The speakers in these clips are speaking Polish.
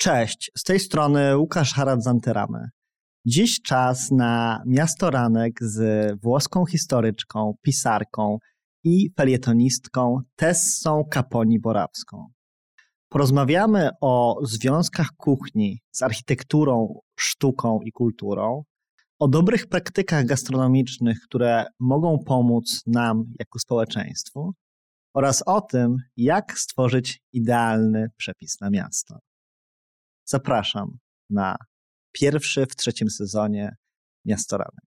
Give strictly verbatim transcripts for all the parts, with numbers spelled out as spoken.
Cześć, z tej strony Łukasz Harald-Antyramy. Dziś czas na miastoranek z włoską historyczką, pisarką i felietonistką Tessą Caponi-Borawską. Porozmawiamy o związkach kuchni z architekturą, sztuką i kulturą, o dobrych praktykach gastronomicznych, które mogą pomóc nam jako społeczeństwu oraz o tym, jak stworzyć idealny przepis na miasto. Zapraszam na pierwszy w trzecim sezonie Miastoranek.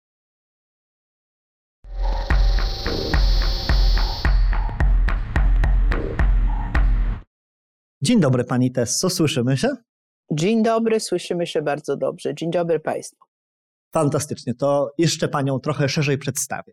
Dzień dobry pani Tesso, słyszymy się? Dzień dobry, słyszymy się bardzo dobrze. Dzień dobry państwu. Fantastycznie, to jeszcze panią trochę szerzej przedstawię.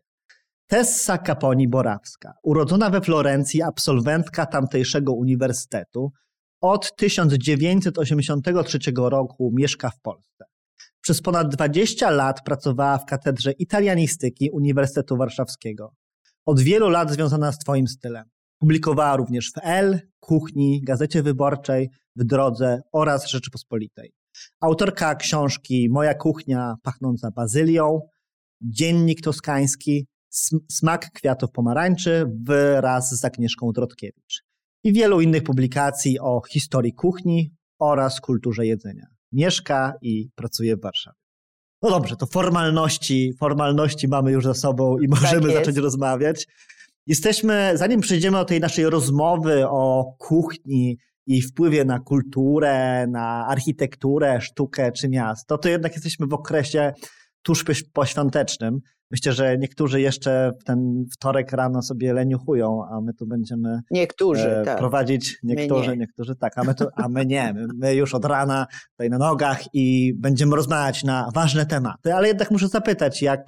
Tessa Caponi-Borawska, urodzona we Florencji, absolwentka tamtejszego uniwersytetu, od tysiąc dziewięćset osiemdziesiątego trzeciego roku mieszka w Polsce. Przez ponad dwadzieścia lat pracowała w Katedrze Italianistyki Uniwersytetu Warszawskiego. Od wielu lat związana z twoim stylem. Publikowała również w Elle, Kuchni, Gazecie Wyborczej, w Drodze oraz Rzeczypospolitej. Autorka książki Moja kuchnia pachnąca bazylią, Dziennik toskański, Smak kwiatów pomarańczy wraz z Agnieszką Drodkiewicz i wielu innych publikacji o historii kuchni oraz kulturze jedzenia. Mieszka i pracuje w Warszawie. No dobrze, to formalności, formalności mamy już za sobą i możemy Tak zacząć rozmawiać. Jesteśmy, zanim przejdziemy do tej naszej rozmowy o kuchni i wpływie na kulturę, na architekturę, sztukę czy miasto, to jednak jesteśmy w okresie tuż poświątecznym. Myślę, że niektórzy jeszcze w ten wtorek rano sobie leniuchują, a my tu będziemy niektórzy, e, tak. prowadzić, niektórzy, nie. niektórzy tak, a my, tu, a my nie. My, my już od rana tutaj na nogach i będziemy rozmawiać na ważne tematy, ale jednak muszę zapytać, jak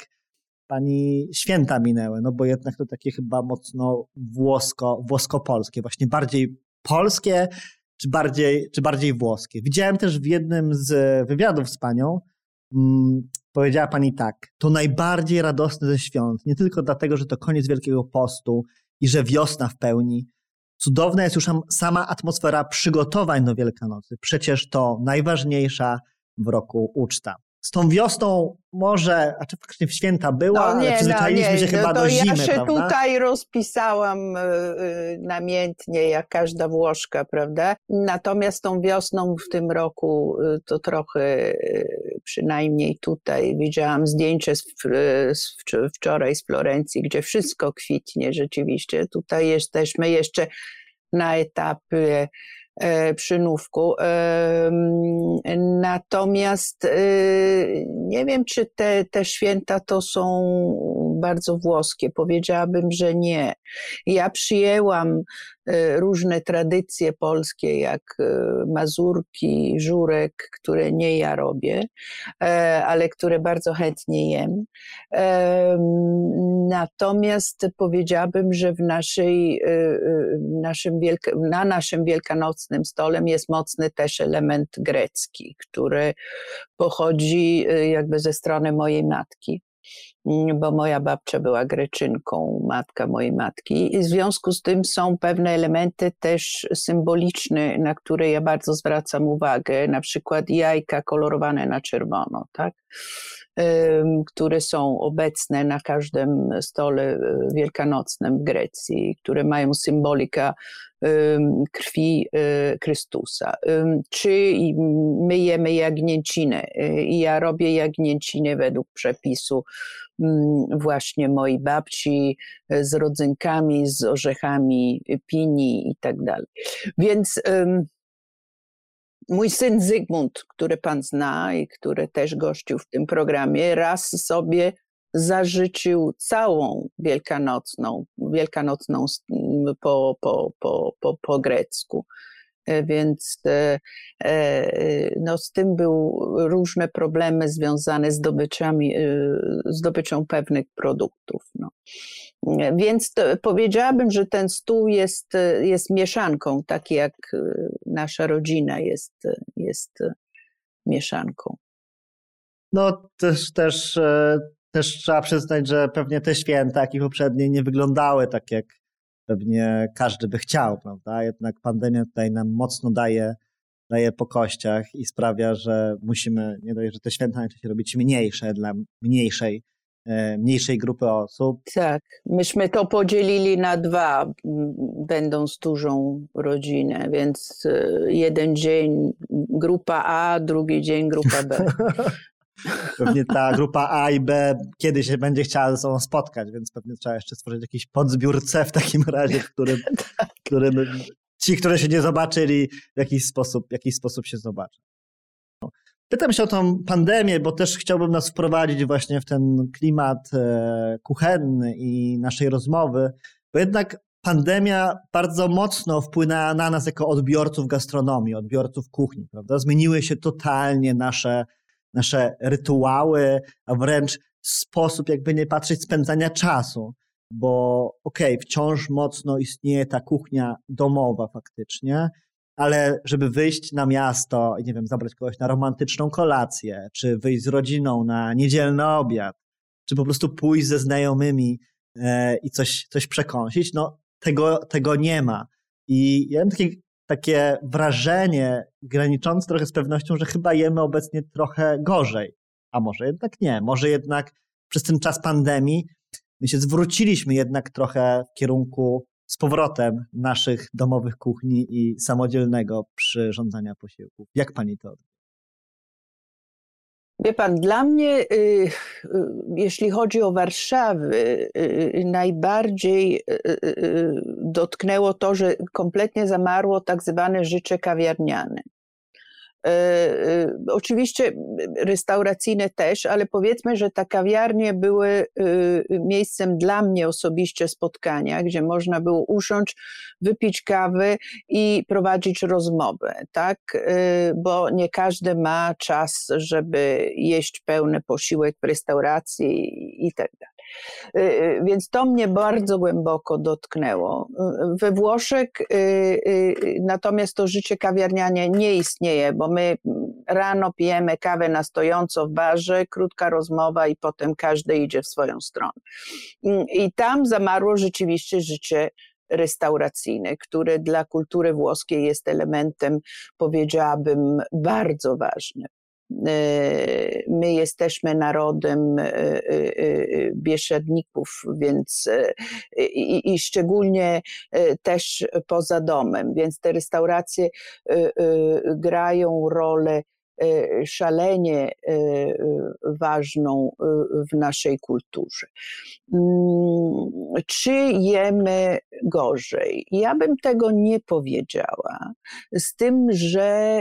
pani święta minęły, no bo jednak to takie chyba mocno włosko, włosko-polskie, właśnie bardziej polskie czy bardziej, czy bardziej włoskie. Widziałem też w jednym z wywiadów z panią, mm, powiedziała pani tak, to najbardziej radosny ze świąt, nie tylko dlatego, że to koniec Wielkiego Postu i że wiosna w pełni. Cudowna jest już sama atmosfera przygotowań do Wielkanocy. Przecież to najważniejsza w roku uczta. Z tą wiosną może, a czy faktycznie w święta była, no nie, ale przyzwyczailiśmy no nie, się chyba to do zimy, ja się prawda? tutaj rozpisałam y, y, namiętnie, jak każda Włoszka, prawda? Natomiast tą wiosną w tym roku y, to trochę, y, przynajmniej tutaj, widziałam zdjęcie z, z wczoraj z Florencji, gdzie wszystko kwitnie rzeczywiście. Tutaj jesteśmy jeszcze na etapie przynówku. Natomiast nie wiem, czy te, te święta to są bardzo włoskie. Powiedziałabym, że nie. Ja przyjęłam różne tradycje polskie, jak mazurki, żurek, które nie ja robię, ale które bardzo chętnie jem. Natomiast powiedziałabym, że w naszej, naszym wielka, na naszym wielkanocnym stole jest mocny też element grecki, który pochodzi jakby ze strony mojej matki, bo moja babcia była Greczynką, matka mojej matki i w związku z tym są pewne elementy też symboliczne, na które ja bardzo zwracam uwagę, na przykład jajka kolorowane na czerwono, tak? Które są obecne na każdym stole wielkanocnym w Grecji, które mają symbolikę krwi Chrystusa. Czy my jemy jagnięcinę i ja robię jagnięcinę według przepisu właśnie mojej babci z rodzynkami, z orzechami pini i tak dalej. Więc mój syn Zygmunt, który pan zna i który też gościł w tym programie, raz sobie zażyczył całą wielkanocną, wielkanocną po, po, po, po, po grecku. Więc no, z tym były różne problemy związane z zdobyczami, zdobyczą pewnych produktów. No. Więc to, powiedziałabym, że ten stół jest, jest mieszanką, tak jak nasza rodzina jest, jest mieszanką. No też, też, też trzeba przyznać, że pewnie te święta, jak i poprzednie, nie wyglądały tak, jak pewnie każdy by chciał, prawda? Jednak pandemia tutaj nam mocno daje daje po kościach i sprawia, że musimy, nie dość, że te święta najczęściej robić mniejsze dla mniejszej, mniejszej grupy osób. Tak, myśmy to podzielili na dwa, będąc dużą rodzinę, więc jeden dzień grupa A, drugi dzień grupa B. Pewnie ta grupa A i B kiedyś się będzie chciała ze sobą spotkać, więc pewnie trzeba jeszcze stworzyć jakiś podzbiór C w takim razie, w którym, tak. w którym ci, którzy się nie zobaczyli, w jakiś sposób, w jakiś sposób się zobaczą. Pytam się o tą pandemię, bo też chciałbym nas wprowadzić właśnie w ten klimat kuchenny i naszej rozmowy, bo jednak pandemia bardzo mocno wpłynęła na nas jako odbiorców gastronomii, odbiorców kuchni, prawda? Zmieniły się totalnie nasze, nasze rytuały, a wręcz sposób, jakby nie patrzeć, spędzania czasu, bo okej, okay, wciąż mocno istnieje ta kuchnia domowa faktycznie, ale żeby wyjść na miasto i nie wiem, zabrać kogoś na romantyczną kolację, czy wyjść z rodziną na niedzielny obiad, czy po prostu pójść ze znajomymi e, i coś, coś przekąsić, no tego, tego nie ma. I ja mam takie, takie wrażenie graniczące trochę z pewnością, że chyba jemy obecnie trochę gorzej. A może jednak nie. Może jednak przez ten czas pandemii my się zwróciliśmy jednak trochę w kierunku z powrotem naszych domowych kuchni i samodzielnego przyrządzania posiłków. Jak pani to odbiera? Wie pan, dla mnie, y, y, jeśli chodzi o Warszawę, y, y, najbardziej y, y, dotknęło to, że kompletnie zamarło tak zwane życie kawiarniane. Oczywiście restauracyjne też, ale powiedzmy, że te kawiarnie były miejscem dla mnie osobiście spotkania, gdzie można było usiąść, wypić kawę i prowadzić rozmowę, tak? Bo nie każdy ma czas, żeby jeść pełny posiłek w restauracji i tak dalej. Więc to mnie bardzo głęboko dotknęło. We Włoszech natomiast to życie kawiarniane nie istnieje, bo my rano pijemy kawę na stojąco w barze, krótka rozmowa i potem każdy idzie w swoją stronę. I tam zamarło rzeczywiście życie restauracyjne, które dla kultury włoskiej jest elementem, powiedziałabym, bardzo ważnym. My jesteśmy narodem biesiadników, więc i, i szczególnie też poza domem, więc te restauracje grają rolę szalenie ważną w naszej kulturze. Czy jemy gorzej? Ja bym tego nie powiedziała, z tym, że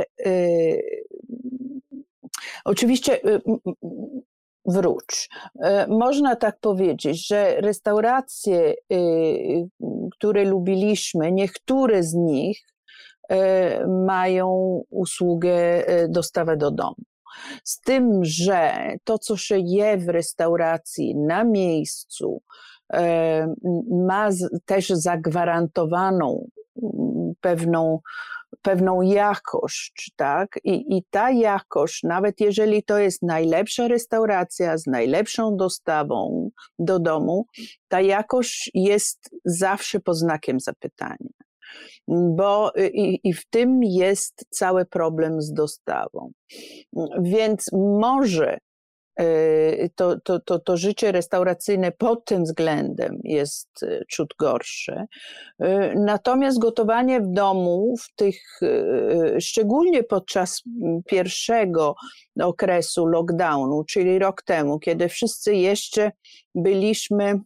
oczywiście wróć. Można tak powiedzieć, że restauracje, które lubiliśmy, niektóre z nich mają usługę dostawy do domu. Z tym, że to, co się je w restauracji na miejscu, ma też zagwarantowaną pewną pewną jakość, tak? I, i ta jakość, nawet jeżeli to jest najlepsza restauracja z najlepszą dostawą do domu, ta jakość jest zawsze pod znakiem zapytania. Bo i, i w tym jest cały problem z dostawą. Więc może To, to, to, to życie restauracyjne pod tym względem jest ciut gorsze. Natomiast gotowanie w domu, w tych, szczególnie podczas pierwszego okresu lockdownu, czyli rok temu, kiedy wszyscy jeszcze byliśmy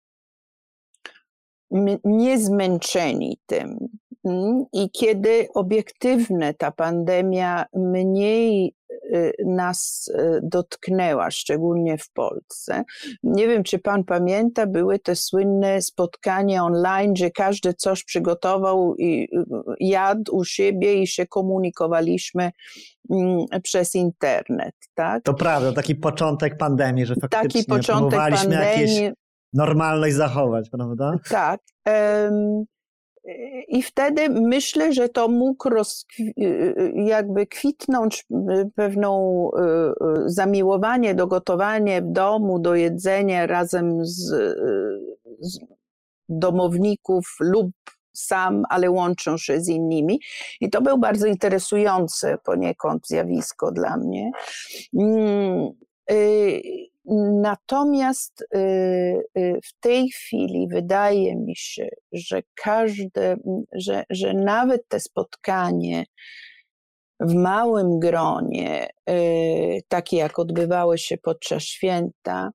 niezmęczeni tym i kiedy obiektywnie ta pandemia mniej nas dotknęła, szczególnie w Polsce. Nie wiem, czy pan pamięta, były te słynne spotkania online, gdzie każdy coś przygotował i jadł u siebie i się komunikowaliśmy przez internet, tak? To prawda, taki początek pandemii, że faktycznie taki początek próbowaliśmy pandemii, jakieś normalność zachować, prawda? Tak. Um, I wtedy myślę, że to mógł rozkwi- jakby kwitnąć pewną zamiłowanie do gotowania w domu, do jedzenia razem z, z domowników lub sam, ale łączą się z innymi. I to był bardzo interesujące poniekąd zjawisko dla mnie. Natomiast w tej chwili wydaje mi się, że każde, że, że nawet te spotkanie w małym gronie, takie jak odbywały się podczas święta,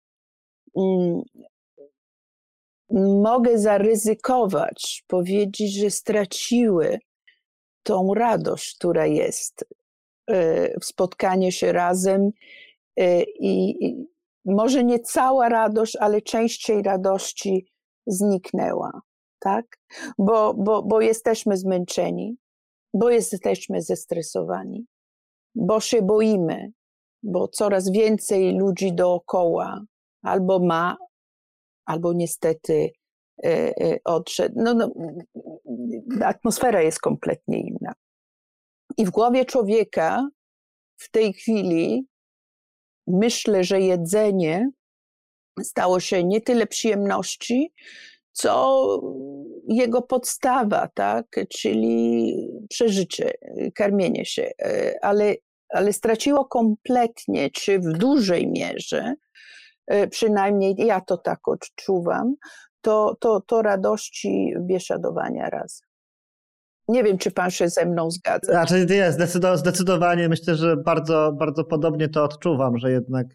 mogę zaryzykować, powiedzieć, że straciły tą radość, która jest w spotkaniu się razem i, i może nie cała radość, ale częściej radości zniknęła, tak? Bo, bo, bo jesteśmy zmęczeni, bo jesteśmy zestresowani, bo się boimy, bo coraz więcej ludzi dookoła albo ma, albo niestety e, e, odszedł. No, no, atmosfera jest kompletnie inna. I w głowie człowieka w tej chwili myślę, że jedzenie stało się nie tyle przyjemności, co jego podstawa, tak? Czyli przeżycie, karmienie się, ale, ale straciło kompletnie, czy w dużej mierze, przynajmniej ja to tak odczuwam, to, to, to radości biesiadowania razem. Nie wiem, czy pan się ze mną zgadza. Znaczy nie, zdecydowanie myślę, że bardzo, bardzo podobnie to odczuwam, że jednak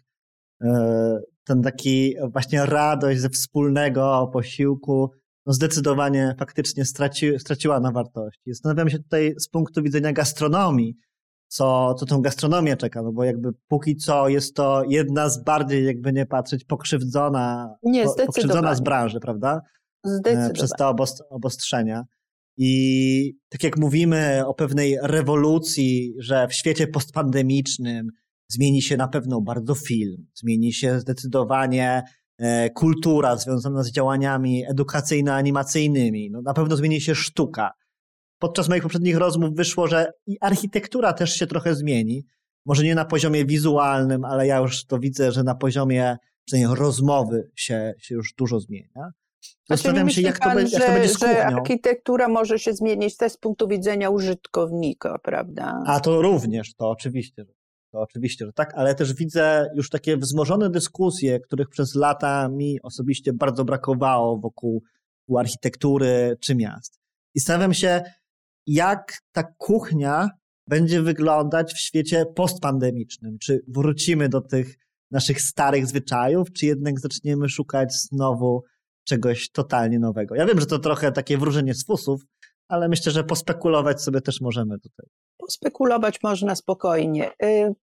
ten taki właśnie radość ze wspólnego posiłku no zdecydowanie faktycznie straci, straciła na wartości. Zastanawiam się tutaj z punktu widzenia gastronomii, co, co tą gastronomię czeka, no bo jakby póki co jest to jedna z bardziej, jakby nie patrzeć, pokrzywdzona, nie, po, pokrzywdzona z branży, prawda? Zdecydowanie. Przez te obostrzenia. I tak jak mówimy o pewnej rewolucji, że w świecie postpandemicznym zmieni się na pewno bardzo film, zmieni się zdecydowanie e, kultura związana z działaniami edukacyjno-animacyjnymi, no, na pewno zmieni się sztuka. Podczas moich poprzednich rozmów wyszło, że i architektura też się trochę zmieni. Może nie na poziomie wizualnym, ale ja już to widzę, że na poziomie przynajmniej rozmowy się, się już dużo zmienia. Zastanawiam się, jak to, pan, jak że, to będzie z kuchnią. że architektura może się zmienić też z punktu widzenia użytkownika, prawda? A to również, to oczywiście, to oczywiście, że tak, ale też widzę już takie wzmożone dyskusje, których przez lata mi osobiście bardzo brakowało wokół, wokół architektury czy miast. I zastanawiam się, jak ta kuchnia będzie wyglądać w świecie postpandemicznym. Czy wrócimy do tych naszych starych zwyczajów, czy jednak zaczniemy szukać znowu czegoś totalnie nowego. Ja wiem, że to trochę takie wróżenie z fusów, ale myślę, że pospekulować sobie też możemy tutaj. Pospekulować można spokojnie.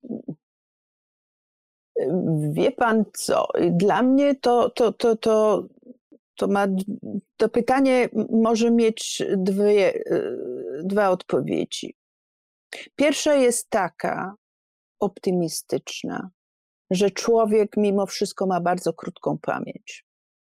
Wie pan co, dla mnie to, to, to, to, to, ma, to pytanie może mieć dwie, dwie odpowiedzi. Pierwsza jest taka optymistyczna, że człowiek mimo wszystko ma bardzo krótką pamięć.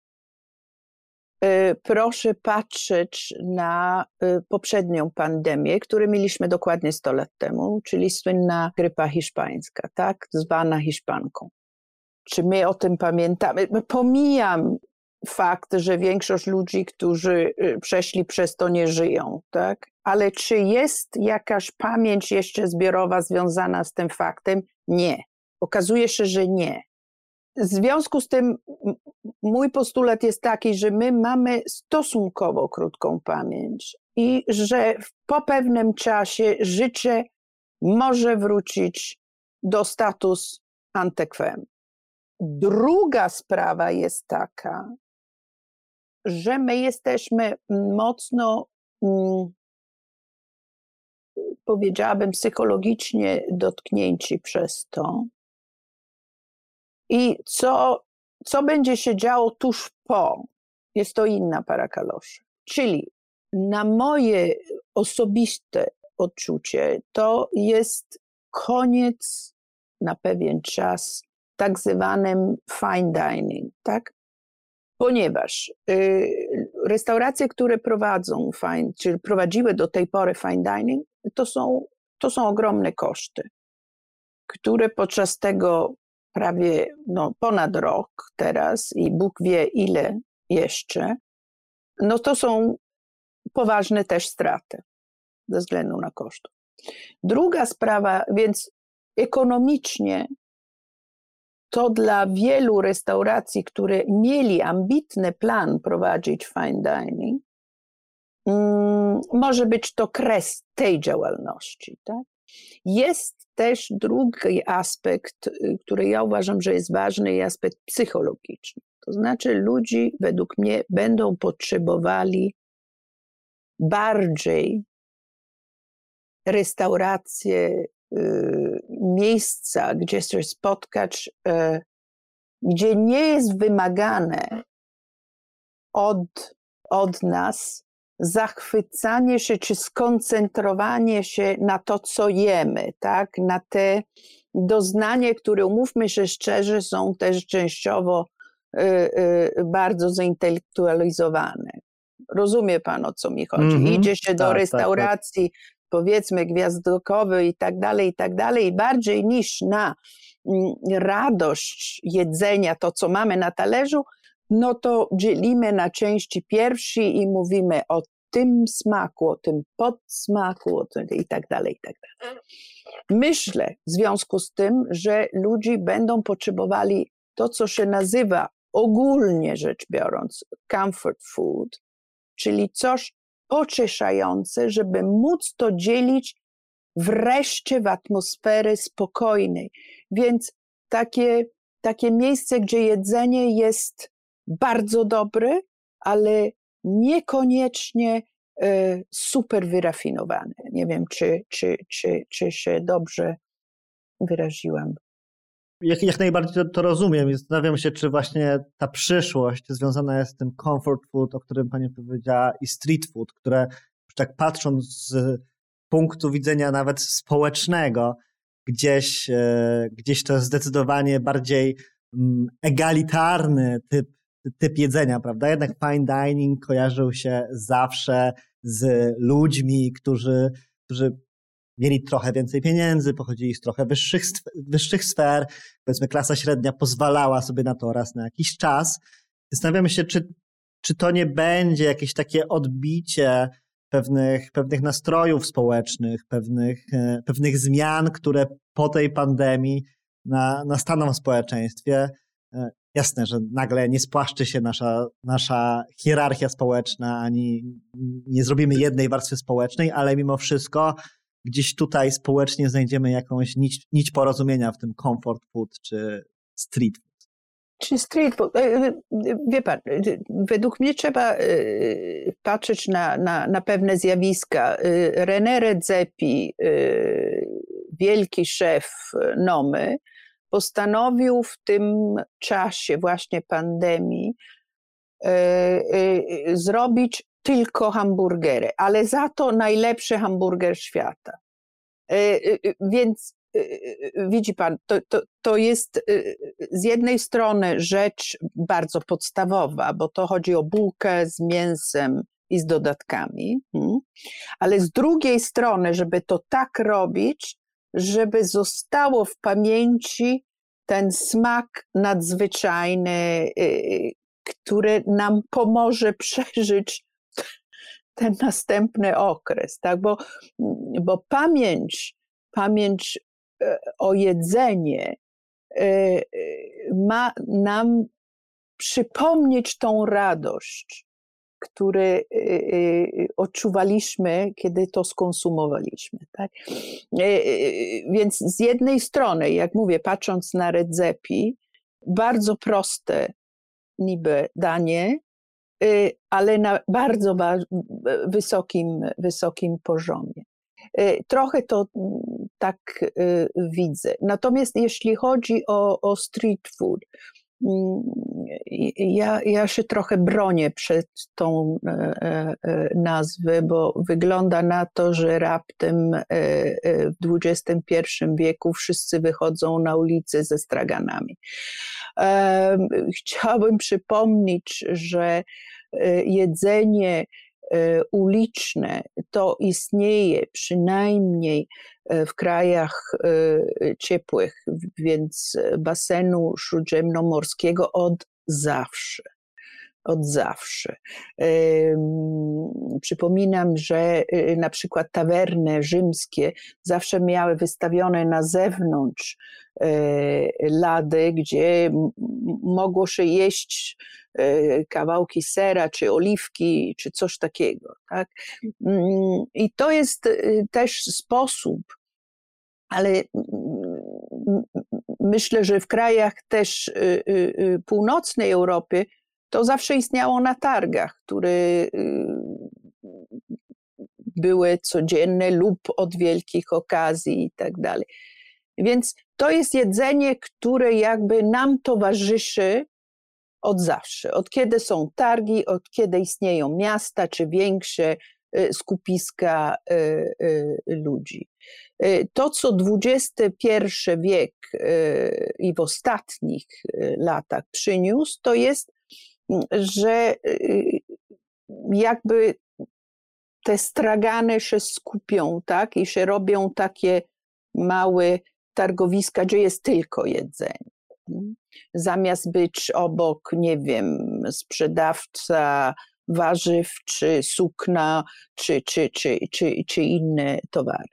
Proszę patrzeć na poprzednią pandemię, którą mieliśmy dokładnie sto lat temu, czyli słynna grypa hiszpańska, tak, zwana hiszpanką. Czy my o tym pamiętamy? Pomijam fakt, że większość ludzi, którzy przeszli przez to, nie żyją, tak? Ale czy jest jakaś pamięć jeszcze zbiorowa związana z tym faktem? Nie. Okazuje się, że nie. W związku z tym mój postulat jest taki, że my mamy stosunkowo krótką pamięć i że po pewnym czasie życie może wrócić do status antequem. Druga sprawa jest taka, że my jesteśmy mocno, mm, powiedziałabym, psychologicznie dotknięci przez to. I co, co będzie się działo tuż po, jest to inna para kaloszy. Czyli na moje osobiste odczucie to jest koniec na pewien czas tak zwanym fine dining, tak? Ponieważ y, restauracje, które prowadzą fine, czy prowadziły do tej pory fine dining, to są, to są ogromne koszty, które podczas tego prawie no, ponad rok teraz i Bóg wie ile jeszcze, no to są poważne też straty ze względu na koszty. Druga sprawa, więc ekonomicznie to dla wielu restauracji, które mieli ambitny plan prowadzić fine dining, mm, może być to kres tej działalności. Tak? Jest też drugi aspekt, który ja uważam, że jest ważny, aspekt psychologiczny. To znaczy ludzie według mnie będą potrzebowali bardziej restauracje, y, miejsca, gdzie się spotkać, y, gdzie nie jest wymagane od, od nas zachwycanie się czy skoncentrowanie się na to, co jemy, tak? Na te doznania, które, umówmy się szczerze, są też częściowo y, y, bardzo zintelektualizowane. Rozumie pan, o co mi chodzi. Mm-hmm. Idzie się do tak, restauracji, tak, tak. powiedzmy gwiazdkowej i tak dalej, i tak dalej, bardziej niż na mm, radość jedzenia, to co mamy na talerzu, no to dzielimy na części pierwsze i mówimy o tym smaku, o tym podsmaku o tym, i tak dalej, i tak dalej. Myślę w związku z tym, że ludzie będą potrzebowali to, co się nazywa ogólnie rzecz biorąc comfort food, czyli coś pocieszające, żeby móc to dzielić wreszcie w atmosfery spokojnej. Więc takie, takie miejsce, gdzie jedzenie jest bardzo dobre, ale niekoniecznie e, super wyrafinowane. Nie wiem, czy, czy, czy, czy się dobrze wyraziłam. Jak, jak najbardziej to, to rozumiem i zastanawiam się, czy właśnie ta przyszłość związana jest z tym comfort food, o którym pani powiedziała, i street food, które już tak patrząc z punktu widzenia nawet społecznego, gdzieś, e, gdzieś to jest zdecydowanie bardziej mm, egalitarny typ, typ jedzenia, prawda? Jednak fine dining kojarzył się zawsze z ludźmi, którzy, którzy mieli trochę więcej pieniędzy, pochodzili z trochę wyższych, wyższych sfer, powiedzmy klasa średnia pozwalała sobie na to raz na jakiś czas. Zastanawiamy się, czy, czy to nie będzie jakieś takie odbicie pewnych, pewnych nastrojów społecznych, pewnych, pewnych zmian, które po tej pandemii na, nastaną w społeczeństwie. Jasne, że nagle nie spłaszczy się nasza, nasza hierarchia społeczna, ani nie zrobimy jednej warstwy społecznej, ale mimo wszystko gdzieś tutaj społecznie znajdziemy jakąś nić, nić porozumienia w tym comfort food czy street food. Czy street food? Wie pan, według mnie trzeba patrzeć na, na, na pewne zjawiska. René Redzepi, wielki szef Nomy, postanowił w tym czasie właśnie pandemii zrobić tylko hamburgery, ale za to najlepszy hamburger świata. Więc widzi pan, to, to, to jest z jednej strony rzecz bardzo podstawowa, bo to chodzi o bułkę z mięsem i z dodatkami, ale z drugiej strony, żeby to tak robić, żeby zostało w pamięci ten smak nadzwyczajny, który nam pomoże przeżyć ten następny okres, tak? Bo, bo pamięć, pamięć o jedzenie ma nam przypomnieć tą radość, którą odczuwaliśmy, kiedy to skonsumowaliśmy. Tak? Więc z jednej strony, jak mówię, patrząc na Redzepi, bardzo proste niby danie, ale na bardzo wysokim, wysokim poziomie. Trochę to tak widzę. Natomiast jeśli chodzi o, o street food, ja, ja się trochę bronię przed tą nazwę, bo wygląda na to, że raptem w dwudziestym pierwszym wieku wszyscy wychodzą na ulicę ze straganami. Chciałabym przypomnieć, że jedzenie uliczne to istnieje przynajmniej w krajach ciepłych, więc basenu śródziemnomorskiego od zawsze. od zawsze. Przypominam, że na przykład tawerny rzymskie zawsze miały wystawione na zewnątrz lady, gdzie mogło się jeść kawałki sera, czy oliwki, czy coś takiego. Tak? I to jest też sposób, ale myślę, że w krajach też północnej Europy to zawsze istniało na targach, które były codzienne lub od wielkich okazji i tak dalej. Więc to jest jedzenie, które jakby nam towarzyszy od zawsze. Od kiedy są targi, od kiedy istnieją miasta czy większe skupiska ludzi. To, co dwudziesty pierwszy wiek i w ostatnich latach przyniósł, to jest, że jakby te stragany się skupią, tak, i się robią takie małe targowiska, gdzie jest tylko jedzenie. Zamiast być obok, nie wiem, sprzedawca warzyw, czy sukna, czy, czy, czy, czy, czy inne towary.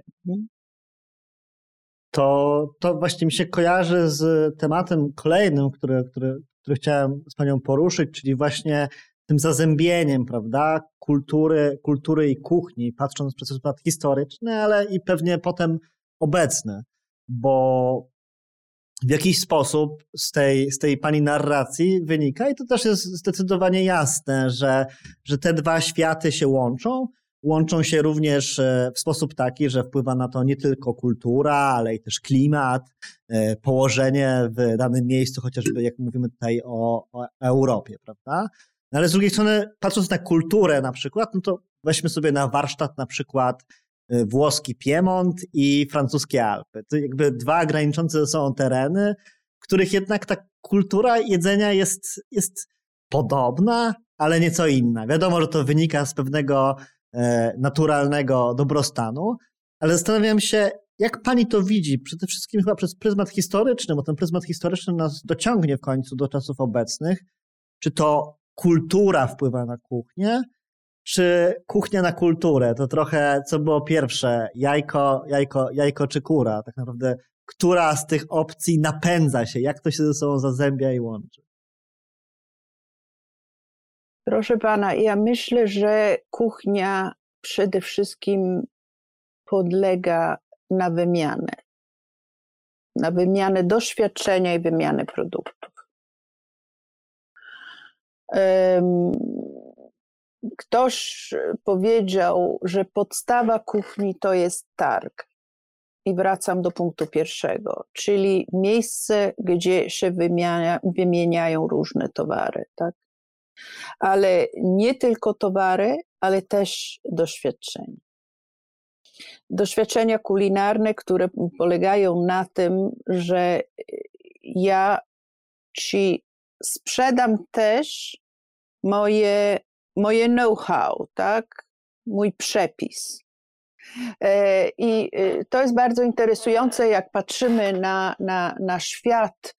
To, to właśnie mi się kojarzy z tematem kolejnym, który, który, który chciałem z panią poruszyć, czyli właśnie tym zazębieniem, prawda, kultury, kultury i kuchni, patrząc przez pryzmat historyczny, ale i pewnie potem obecny, bo w jakiś sposób z tej, z tej pani narracji wynika, i to też jest zdecydowanie jasne, że, że te dwa światy się łączą. Łączą się również w sposób taki, że wpływa na to nie tylko kultura, ale i też klimat, położenie w danym miejscu, chociażby jak mówimy tutaj o, o Europie, prawda? No ale z drugiej strony, patrząc na kulturę na przykład, no to weźmy sobie na warsztat na przykład włoski Piemont i francuskie Alpy. To jakby dwa graniczące ze sobą tereny, w których jednak ta kultura jedzenia jest, jest podobna, ale nieco inna. Wiadomo, że to wynika z pewnego e, naturalnego dobrostanu, ale zastanawiam się, jak pani to widzi, przede wszystkim chyba przez pryzmat historyczny, bo ten pryzmat historyczny nas dociągnie w końcu do czasów obecnych. Czy to kultura wpływa na kuchnię, czy kuchnia na kulturę? To trochę, co było pierwsze, jajko, jajko, jajko czy kura? Tak naprawdę, która z tych opcji napędza się? Jak to się ze sobą zazębia i łączy? Proszę pana, ja myślę, że kuchnia przede wszystkim podlega na wymianę. Na wymianę doświadczenia i wymianę produktów. Um, Ktoś powiedział, że podstawa kuchni to jest targ. I wracam do punktu pierwszego, czyli miejsce, gdzie się wymienia, wymieniają różne towary, tak? Ale nie tylko towary, ale też doświadczenia. Doświadczenia kulinarne, które polegają na tym, że ja ci sprzedam też moje moje know-how, tak? Mój przepis. I to jest bardzo interesujące, jak patrzymy na, na, na świat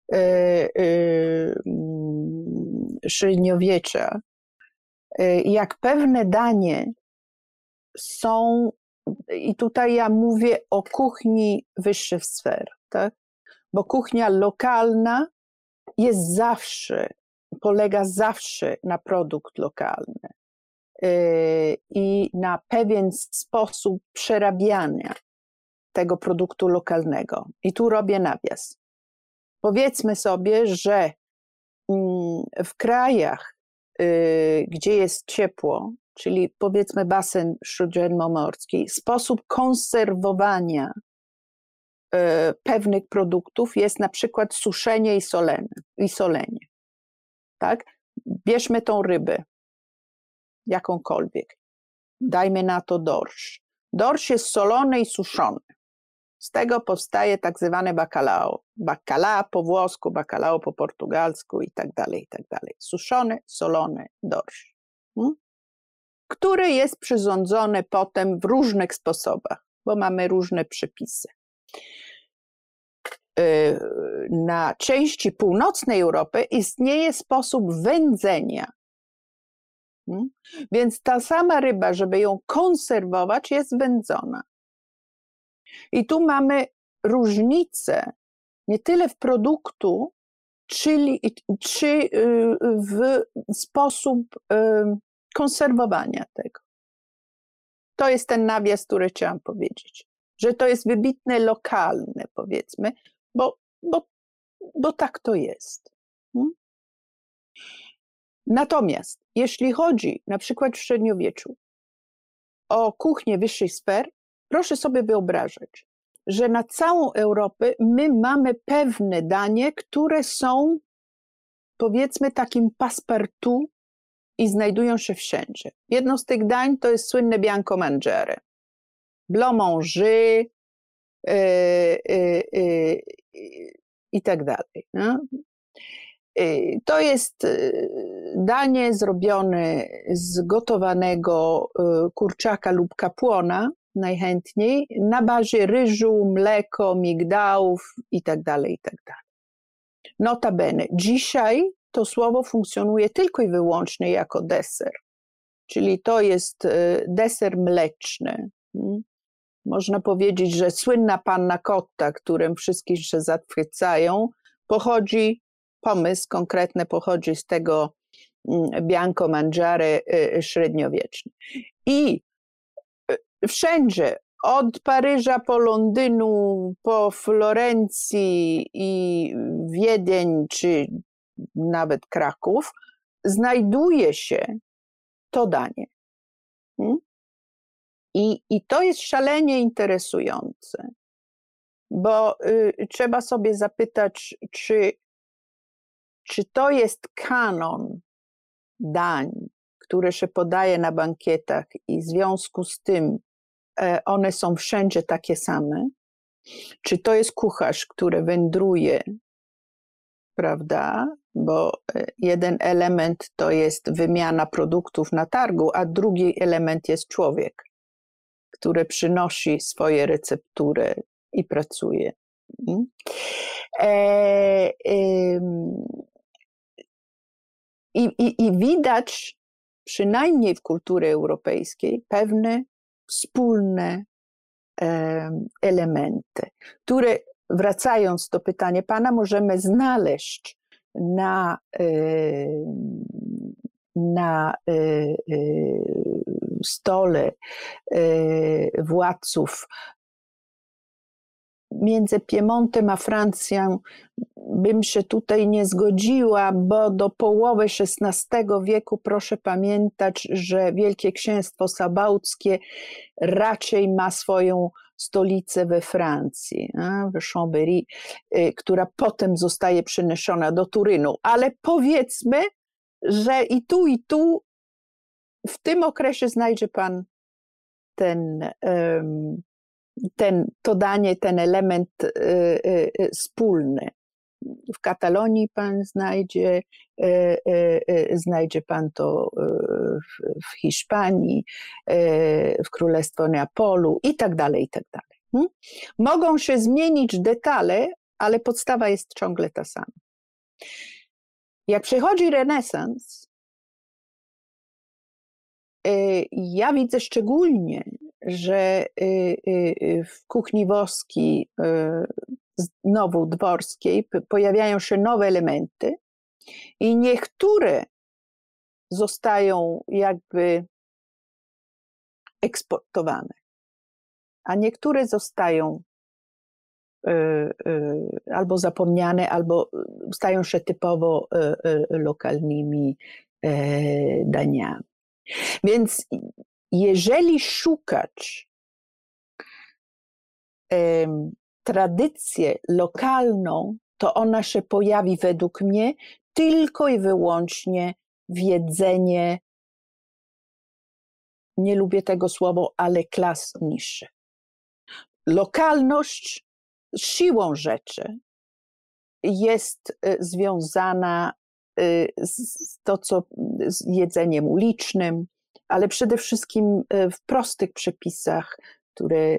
średniowiecza, jak pewne danie są, i tutaj ja mówię o kuchni wyższych sfer, tak? Bo kuchnia lokalna jest zawsze, polega zawsze na produkt lokalny yy, i na pewien sposób przerabiania tego produktu lokalnego. I tu robię nawias. Powiedzmy sobie, że yy, w krajach, yy, gdzie jest ciepło, czyli powiedzmy basen śródziemnomorski, sposób konserwowania yy, pewnych produktów jest na przykład suszenie i solenie. I solenie. Tak? Bierzmy tą rybę, jakąkolwiek. Dajmy na to dorsz. Dorsz jest solony i suszony. Z tego powstaje tak zwane bacalao. Bacala po włosku, bacalao po portugalsku i tak dalej, i tak dalej. Suszony, solony dorsz. Hmm? Który jest przyrządzony potem w różnych sposobach, bo mamy różne przepisy. Na części północnej Europy istnieje sposób wędzenia Więc ta sama ryba, żeby ją konserwować, jest wędzona. I tu mamy różnicę nie tyle w produktu, czyli, czy w sposób konserwowania tego. To jest ten nawias, który chciałam powiedzieć, że to jest wybitne lokalne, powiedzmy, bo, bo, bo tak to jest. Natomiast jeśli chodzi na przykład w średniowieczu o kuchnię wyższych sfer, proszę sobie wyobrażać, że na całą Europę my mamy pewne danie, które są, powiedzmy, takim passepartout i znajdują się wszędzie. Jedno z tych dań to jest słynne bianco mangiare. Blanc manger yy, yy, yy, i tak dalej. No? To jest danie zrobione z gotowanego kurczaka lub kapłona, najchętniej, na bazie ryżu, mleko, migdałów i tak dalej, i tak dalej. Notabene, dzisiaj to słowo funkcjonuje tylko i wyłącznie jako deser, czyli to jest deser mleczny. Można powiedzieć, że słynna panna cotta, którym wszystkich się zachwycają, pochodzi, pomysł konkretny pochodzi z tego bianco mangiare średniowieczny. I wszędzie, od Paryża po Londynu, po Florencji i Wiedeń, czy nawet Kraków, znajduje się to danie. I, i to jest szalenie interesujące, bo y, trzeba sobie zapytać, czy, czy to jest kanon dań, które się podaje na bankietach i w związku z tym e, one są wszędzie takie same, czy to jest kucharz, który wędruje, prawda, bo jeden element to jest wymiana produktów na targu, a drugi element jest człowiek, który przynosi swoje receptury i pracuje. E, e, i, i, I widać, przynajmniej w kulturze europejskiej, pewne wspólne e, elementy, które, wracając do pytania pana, możemy znaleźć na, e, na e, e, stole e, władców między Piemontem a Francją bym się tutaj nie zgodziła, bo do połowy szesnastego wieku proszę pamiętać, że Wielkie Księstwo Sabałckie raczej ma swoją stolicę we Francji, w Chambéry, która potem zostaje przeniesiona do Turynu. Ale powiedzmy, że i tu, i tu w tym okresie znajdzie pan ten ten, to danie, ten element y, y, y, wspólny. W Katalonii pan znajdzie, y, y, y, znajdzie pan to w, w Hiszpanii, y, w Królestwo Neapolu i tak dalej, i tak dalej. Hmm? Mogą się zmienić detale, ale podstawa jest ciągle ta sama. Jak przychodzi renesans, y, ja widzę szczególnie, że w kuchni włoskiej, znowu dworskiej, pojawiają się nowe elementy i niektóre zostają jakby eksportowane, a niektóre zostają albo zapomniane, albo stają się typowo lokalnymi daniami. Więc jeżeli szukać um, tradycję lokalną, to ona się pojawi według mnie tylko i wyłącznie w jedzenie, nie lubię tego słowa, ale klas niższych. Lokalność z siłą rzeczy jest y, związana y, z, to, co, z jedzeniem ulicznym, ale przede wszystkim w prostych przepisach, które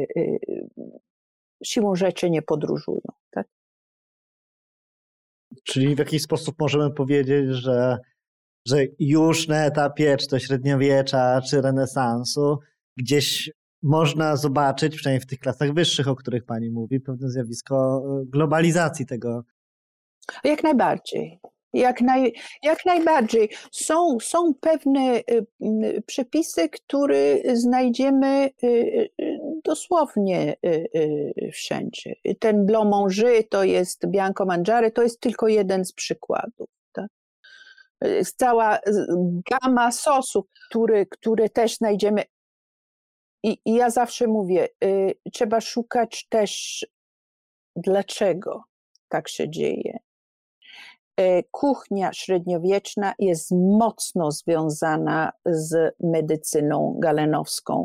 siłą rzeczy nie podróżują. Tak? Czyli w jakiś sposób możemy powiedzieć, że że już na etapie czy to średniowiecza, czy renesansu gdzieś można zobaczyć, przynajmniej w tych klasach wyższych, o których pani mówi, pewne zjawisko globalizacji tego. Jak najbardziej. Jak, naj, jak najbardziej. Są, są pewne y, y, przepisy, które znajdziemy y, y, dosłownie y, y, wszędzie. Ten blanc manger to jest bianco mangiare, to jest tylko jeden z przykładów. Tak? Jest cała gama sosów, które, które też znajdziemy. I, I ja zawsze mówię, y, trzeba szukać też, dlaczego tak się dzieje. Kuchnia średniowieczna jest mocno związana z medycyną galenowską,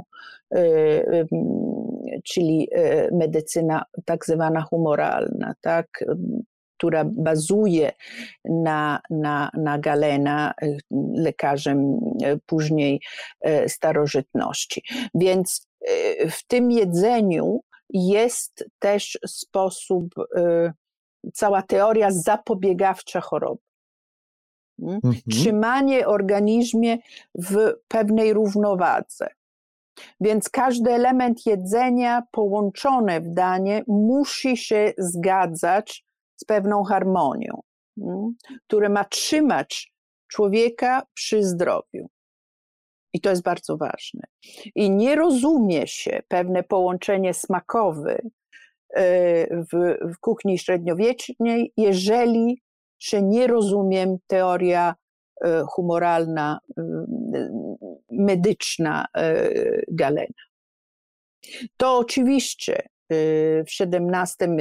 czyli medycyna tak zwana humoralna, tak, która bazuje na, na, na Galena, lekarzem później starożytności. Więc w tym jedzeniu jest też sposób, cała teoria zapobiegawcza choroby. Mhm. Trzymanie organizmie w pewnej równowadze. Więc każdy element jedzenia połączone w danie musi się zgadzać z pewną harmonią, mhm, które ma trzymać człowieka przy zdrowiu. I to jest bardzo ważne. I nie rozumie się pewne połączenie smakowe w, w kuchni średniowiecznej, jeżeli się nie rozumiem teoria humoralna, medyczna Galena. To oczywiście w siedemnastym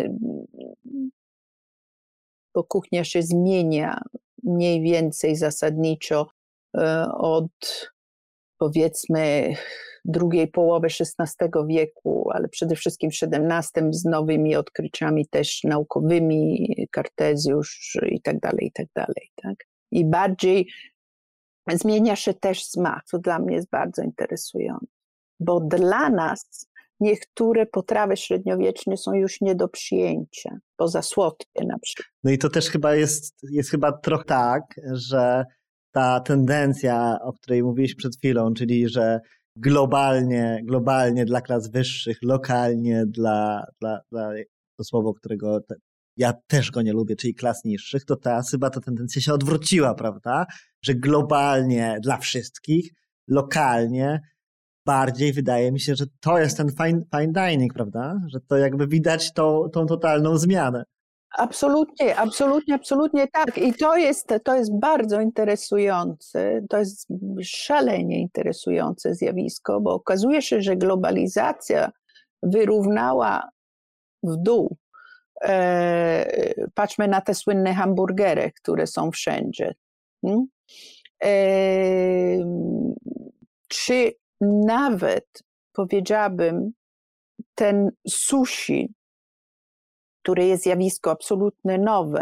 bo kuchnia się zmienia mniej więcej zasadniczo od, powiedzmy, drugiej połowy szesnastego wieku, ale przede wszystkim w siedemnastym z nowymi odkryciami też naukowymi, Kartezjusz i tak dalej, i tak dalej. Tak? I bardziej zmienia się też smak, co dla mnie jest bardzo interesujące, bo dla nas niektóre potrawy średniowieczne są już nie do przyjęcia, poza słodkie na przykład. No i to też chyba jest, jest chyba trochę tak, że ta tendencja, o której mówiliśmy przed chwilą, czyli że globalnie, globalnie dla klas wyższych, lokalnie dla, dla, dla to słowo, którego te, ja też go nie lubię, czyli klas niższych, to teraz chyba ta tendencja się odwróciła, prawda? Że globalnie dla wszystkich, lokalnie bardziej wydaje mi się, że to jest ten fine, fine dining, prawda? Że to jakby widać tą, tą totalną zmianę. Absolutnie, absolutnie, absolutnie tak. I to jest, to jest bardzo interesujące, to jest szalenie interesujące zjawisko, bo okazuje się, że globalizacja wyrównała w dół. E, patrzmy na te słynne hamburgery, które są wszędzie. Hmm? E, czy nawet, powiedziałabym, ten sushi, które jest zjawisko absolutnie nowe,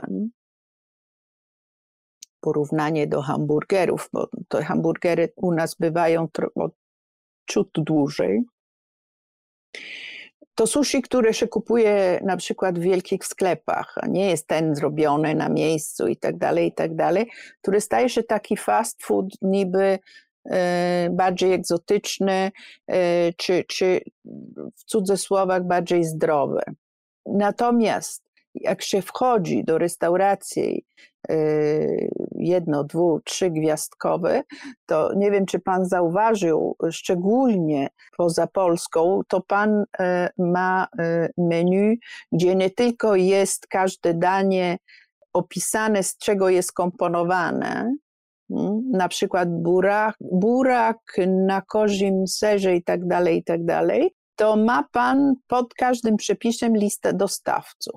porównanie do hamburgerów, bo te hamburgery u nas bywają ciut dłużej. To sushi, które się kupuje na przykład w wielkich sklepach, a nie jest ten zrobiony na miejscu i tak dalej, i tak dalej, który staje się taki fast food niby e, bardziej egzotyczny, e, czy, czy w cudzysłowach bardziej zdrowy. Natomiast jak się wchodzi do restauracji jedno, dwu, trzy gwiazdkowe, to nie wiem, czy pan zauważył, szczególnie poza Polską, to pan ma menu, gdzie nie tylko jest każde danie opisane, z czego jest komponowane, na przykład burak, burak na kozim serze i tak dalej, i tak dalej, to ma pan pod każdym przepisem listę dostawców.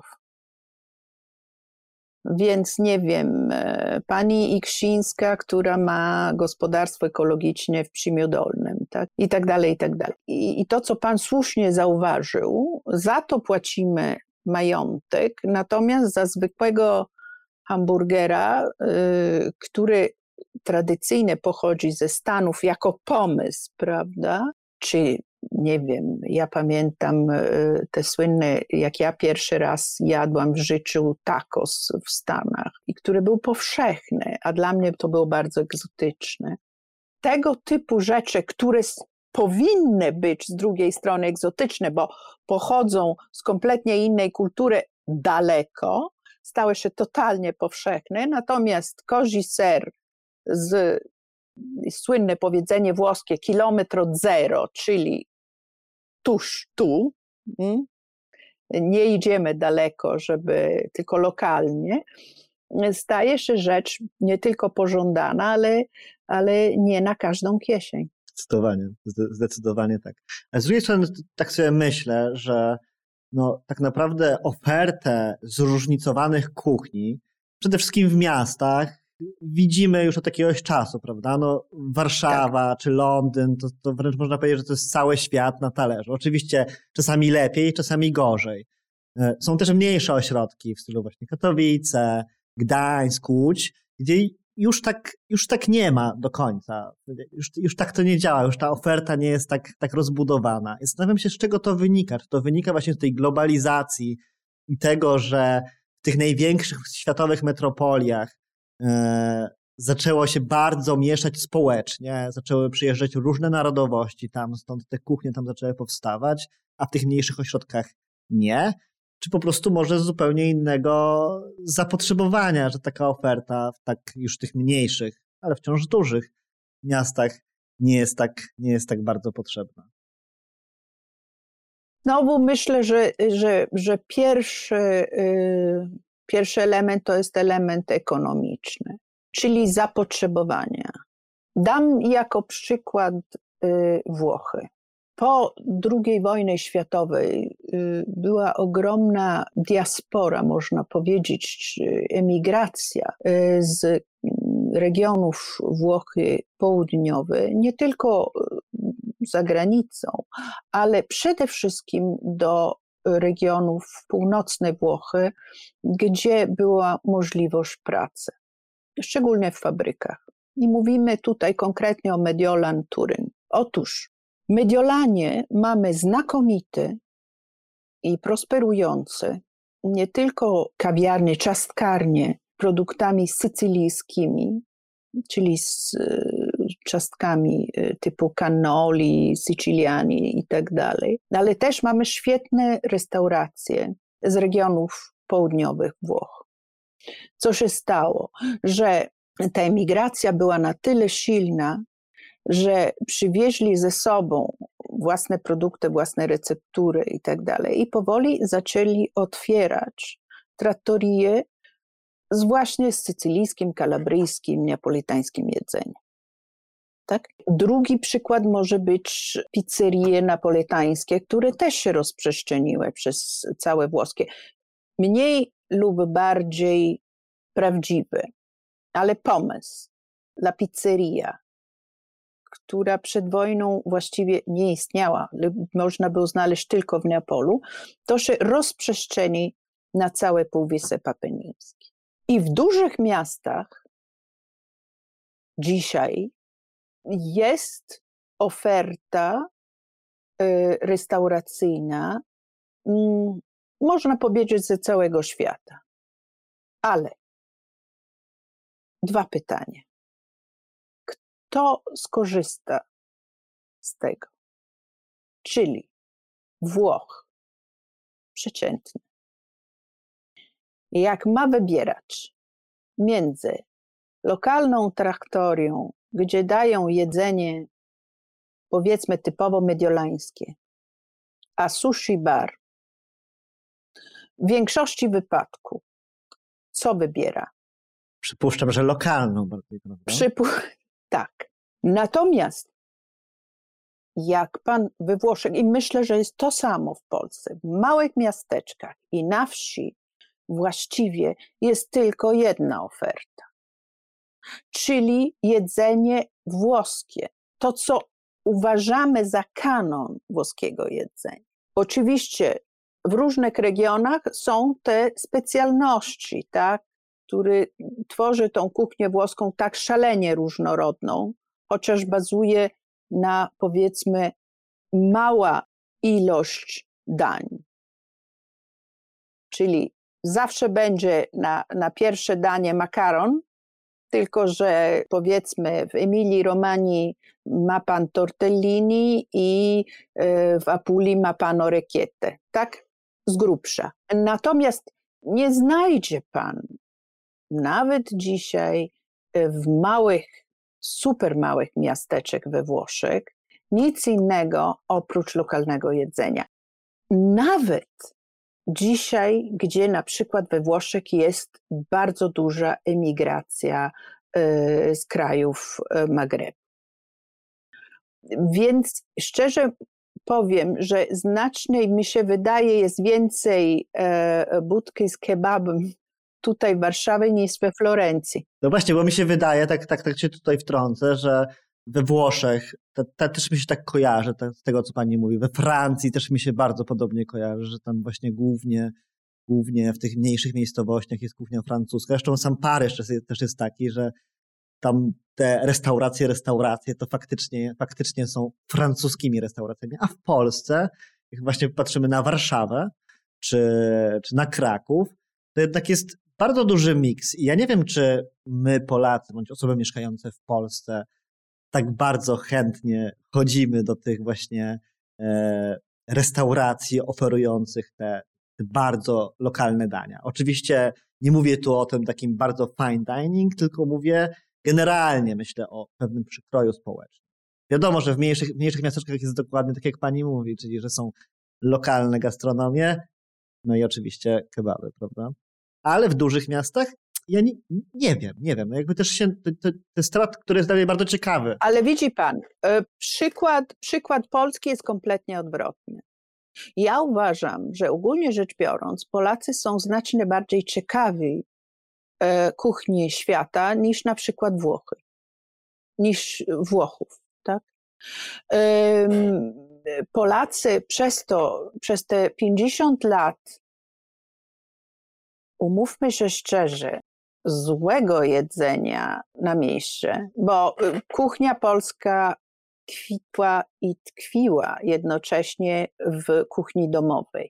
Więc nie wiem, pani Iksińska, która ma gospodarstwo ekologiczne w Przymiodolnym, tak? I tak dalej, i tak dalej. I, I to, co pan słusznie zauważył, za to płacimy majątek, natomiast za zwykłego hamburgera, yy, który tradycyjnie pochodzi ze Stanów jako pomysł, prawda? Czy nie wiem, ja pamiętam te słynne, jak ja pierwszy raz jadłam w życiu tacos w Stanach, i który był powszechny, a dla mnie to było bardzo egzotyczne. Tego typu rzeczy, które powinny być z drugiej strony egzotyczne, bo pochodzą z kompletnie innej kultury daleko, stały się totalnie powszechne, natomiast kozi ser z słynne powiedzenie włoskie kilometr od zero, czyli tuż tu, nie idziemy daleko, żeby tylko lokalnie, staje się rzecz nie tylko pożądana, ale, ale nie na każdą kieszeń. Zdecydowanie, zdecydowanie tak. A z drugiej strony tak sobie myślę, że no, tak naprawdę ofertę zróżnicowanych kuchni, przede wszystkim w miastach, widzimy już od jakiegoś czasu, prawda? No, Warszawa tak. czy Londyn, to, to wręcz można powiedzieć, że to jest cały świat na talerzu. Oczywiście czasami lepiej, czasami gorzej. Są też mniejsze ośrodki w stylu właśnie Katowice, Gdańsk, Łódź, gdzie już tak, już tak nie ma do końca. Już, już tak to nie działa, już ta oferta nie jest tak, tak rozbudowana. Zastanawiam się, z czego to wynika. Czy to wynika właśnie z tej globalizacji i tego, że w tych największych światowych metropoliach e, zaczęło się bardzo mieszać społecznie, zaczęły przyjeżdżać różne narodowości tam, stąd te kuchnie tam zaczęły powstawać, a w tych mniejszych ośrodkach nie? Czy po prostu może z zupełnie innego zapotrzebowania, że taka oferta w tak już tych mniejszych, ale wciąż dużych miastach nie jest tak, nie jest tak bardzo potrzebna? No bo myślę, że, że, że pierwszy, yy, pierwszy element to jest element ekonomiczny, czyli zapotrzebowania. Dam jako przykład yy, Włochy. Po drugiej wojnie światowej była ogromna diaspora, można powiedzieć, emigracja z regionów Włochy Południowej, nie tylko za granicą, ale przede wszystkim do regionów północnej Włochy, gdzie była możliwość pracy, szczególnie w fabrykach. I mówimy tutaj konkretnie o Mediolan Turyn. Otóż w Mediolanie mamy znakomity i prosperujący nie tylko kawiarnie, ciastkarnie produktami sycylijskimi, czyli z ciastkami typu cannoli, siciliani i tak dalej, ale też mamy świetne restauracje z regionów południowych Włoch. Co się stało? Że ta emigracja była na tyle silna, że przywieźli ze sobą własne produkty, własne receptury i tak dalej. I powoli zaczęli otwierać trattorie z właśnie z sycylijskim, kalabryjskim, neapolitańskim jedzeniem. Tak? Drugi przykład może być pizzerie napolitańskie, które też się rozprzestrzeniły przez całe włoskie. Mniej lub bardziej prawdziwy, ale pomysł dla pizzeria, która przed wojną właściwie nie istniała, można było znaleźć tylko w Neapolu, to się rozprzestrzeni na całe Półwysep Apenińskie. I w dużych miastach dzisiaj jest oferta y, restauracyjna, y, można powiedzieć, ze całego świata. Ale dwa pytania. Kto skorzysta z tego? Czyli Włoch przeciętny. Jak ma wybierać między lokalną traktorią, gdzie dają jedzenie powiedzmy typowo mediolańskie, a sushi bar, w większości wypadków co wybiera? Przypuszczam, że lokalną bardziej, prawda? Przypu- tak. Natomiast jak pan we Włoszech, i myślę, że jest to samo w Polsce, w małych miasteczkach i na wsi właściwie jest tylko jedna oferta, czyli jedzenie włoskie. To, co uważamy za kanon włoskiego jedzenia. Oczywiście w różnych regionach są te specjalności, tak, które tworzy tą kuchnię włoską tak szalenie różnorodną, chociaż bazuje na, powiedzmy, mała ilość dań. Czyli zawsze będzie na, na pierwsze danie makaron, tylko że powiedzmy w Emilii Romanii ma pan tortellini i w Apulii ma pan orecchiette, tak? Z grubsza. Natomiast nie znajdzie pan nawet dzisiaj w małych, super małych miasteczek we Włoszech nic innego oprócz lokalnego jedzenia. Nawet dzisiaj, gdzie na przykład we Włoszech jest bardzo duża emigracja y, z krajów y, Magrebu. Więc szczerze powiem, że znacznie mi się wydaje jest więcej y, budki z kebabem tutaj w Warszawie niż we Florencji. No właśnie, bo mi się wydaje, tak, tak, tak się tutaj wtrącę, że we Włoszech, to, to też mi się tak kojarzy, to, z tego co pani mówi, we Francji też mi się bardzo podobnie kojarzy, że tam właśnie głównie, głównie w tych mniejszych miejscowościach jest kuchnia francuska. Zresztą sam Paryż też jest, też jest taki, że tam te restauracje, restauracje to faktycznie, faktycznie są francuskimi restauracjami, a w Polsce, jak właśnie patrzymy na Warszawę czy, czy na Kraków, to jednak jest bardzo duży miks. I ja nie wiem, czy my Polacy, bądź osoby mieszkające w Polsce tak bardzo chętnie chodzimy do tych właśnie e, restauracji oferujących te, te bardzo lokalne dania. Oczywiście nie mówię tu o tym takim bardzo fine dining, tylko mówię generalnie, myślę o pewnym przykroju społecznym. Wiadomo, że w mniejszych, mniejszych miasteczkach jest dokładnie tak, jak pani mówi, czyli że są lokalne gastronomie, no i oczywiście kebaby, prawda? Ale w dużych miastach ja nie, nie wiem, nie wiem. Jakby też się, to, to, to jest temat, który jest dla mnie bardzo ciekawy. Ale widzi pan, przykład, przykład Polski jest kompletnie odwrotny. Ja uważam, że ogólnie rzecz biorąc, Polacy są znacznie bardziej ciekawi kuchni świata niż na przykład Włochy, niż Włochów, tak? Polacy przez to, przez te pięćdziesiąt lat, umówmy się szczerze, złego jedzenia na mieście, bo kuchnia polska kwitła i tkwiła jednocześnie w kuchni domowej.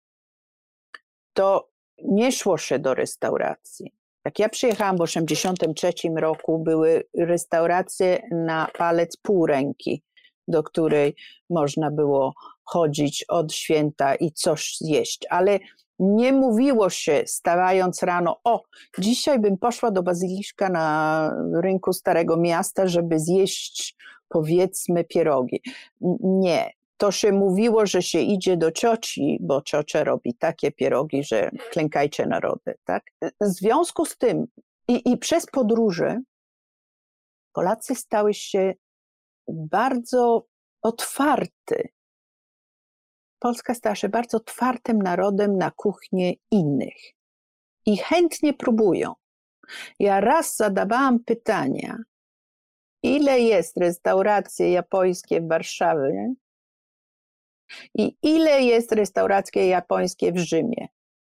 To nie szło się do restauracji. Jak ja przyjechałam w osiemdziesiątym trzecim roku, były restauracje na palec pół ręki, do której można było chodzić od święta i coś zjeść, ale nie mówiło się, stawając rano, o, dzisiaj bym poszła do Bazyliszka na rynku Starego Miasta, żeby zjeść, powiedzmy, pierogi. Nie. To się mówiło, że się idzie do cioci, bo ciocia robi takie pierogi, że klękajcie narody, tak? W związku z tym i, i przez podróże Polacy stały się bardzo otwarty. Polska stała się bardzo otwartym narodem na kuchnię innych i chętnie próbują. Ja raz zadawałam pytania, ile jest restauracji japońskie w Warszawie i ile jest restauracji japońskie w Rzymie.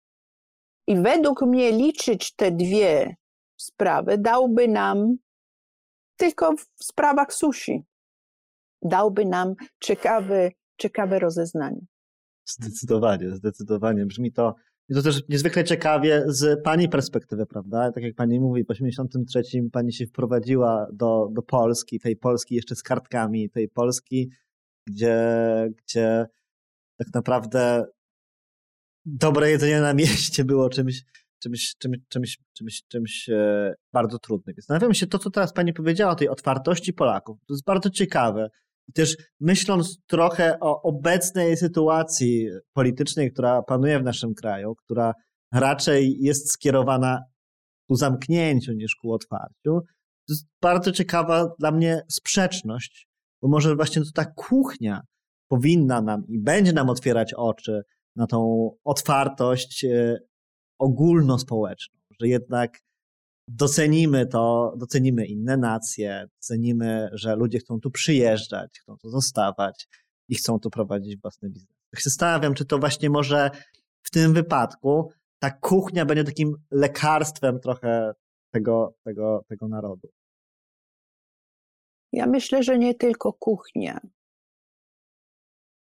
I według mnie liczyć te dwie sprawy dałby nam tylko w sprawach sushi. Dałby nam ciekawe, ciekawe rozeznanie. Zdecydowanie, zdecydowanie. Brzmi to, to też niezwykle ciekawie z pani perspektywy, prawda? Tak jak pani mówi, w osiemdziesiątym trzecim pani się wprowadziła do, do Polski, tej Polski jeszcze z kartkami, tej Polski, gdzie, gdzie tak naprawdę dobre jedzenie na mieście było czymś, czymś, czymś, czymś, czymś, czymś bardzo trudnym. Zastanawiam się to, co teraz pani powiedziała o tej otwartości Polaków. To jest bardzo ciekawe. I też myśląc trochę o obecnej sytuacji politycznej, która panuje w naszym kraju, która raczej jest skierowana ku zamknięciu niż ku otwarciu, to jest bardzo ciekawa dla mnie sprzeczność, bo może właśnie to ta kuchnia powinna nam i będzie nam otwierać oczy na tą otwartość ogólnospołeczną, że jednak docenimy to, docenimy inne nacje, docenimy, że ludzie chcą tu przyjeżdżać, chcą tu zostawać i chcą tu prowadzić własny biznes. Tak się zastanawiam, czy to właśnie może w tym wypadku ta kuchnia będzie takim lekarstwem trochę tego, tego, tego narodu. Ja myślę, że nie tylko kuchnia.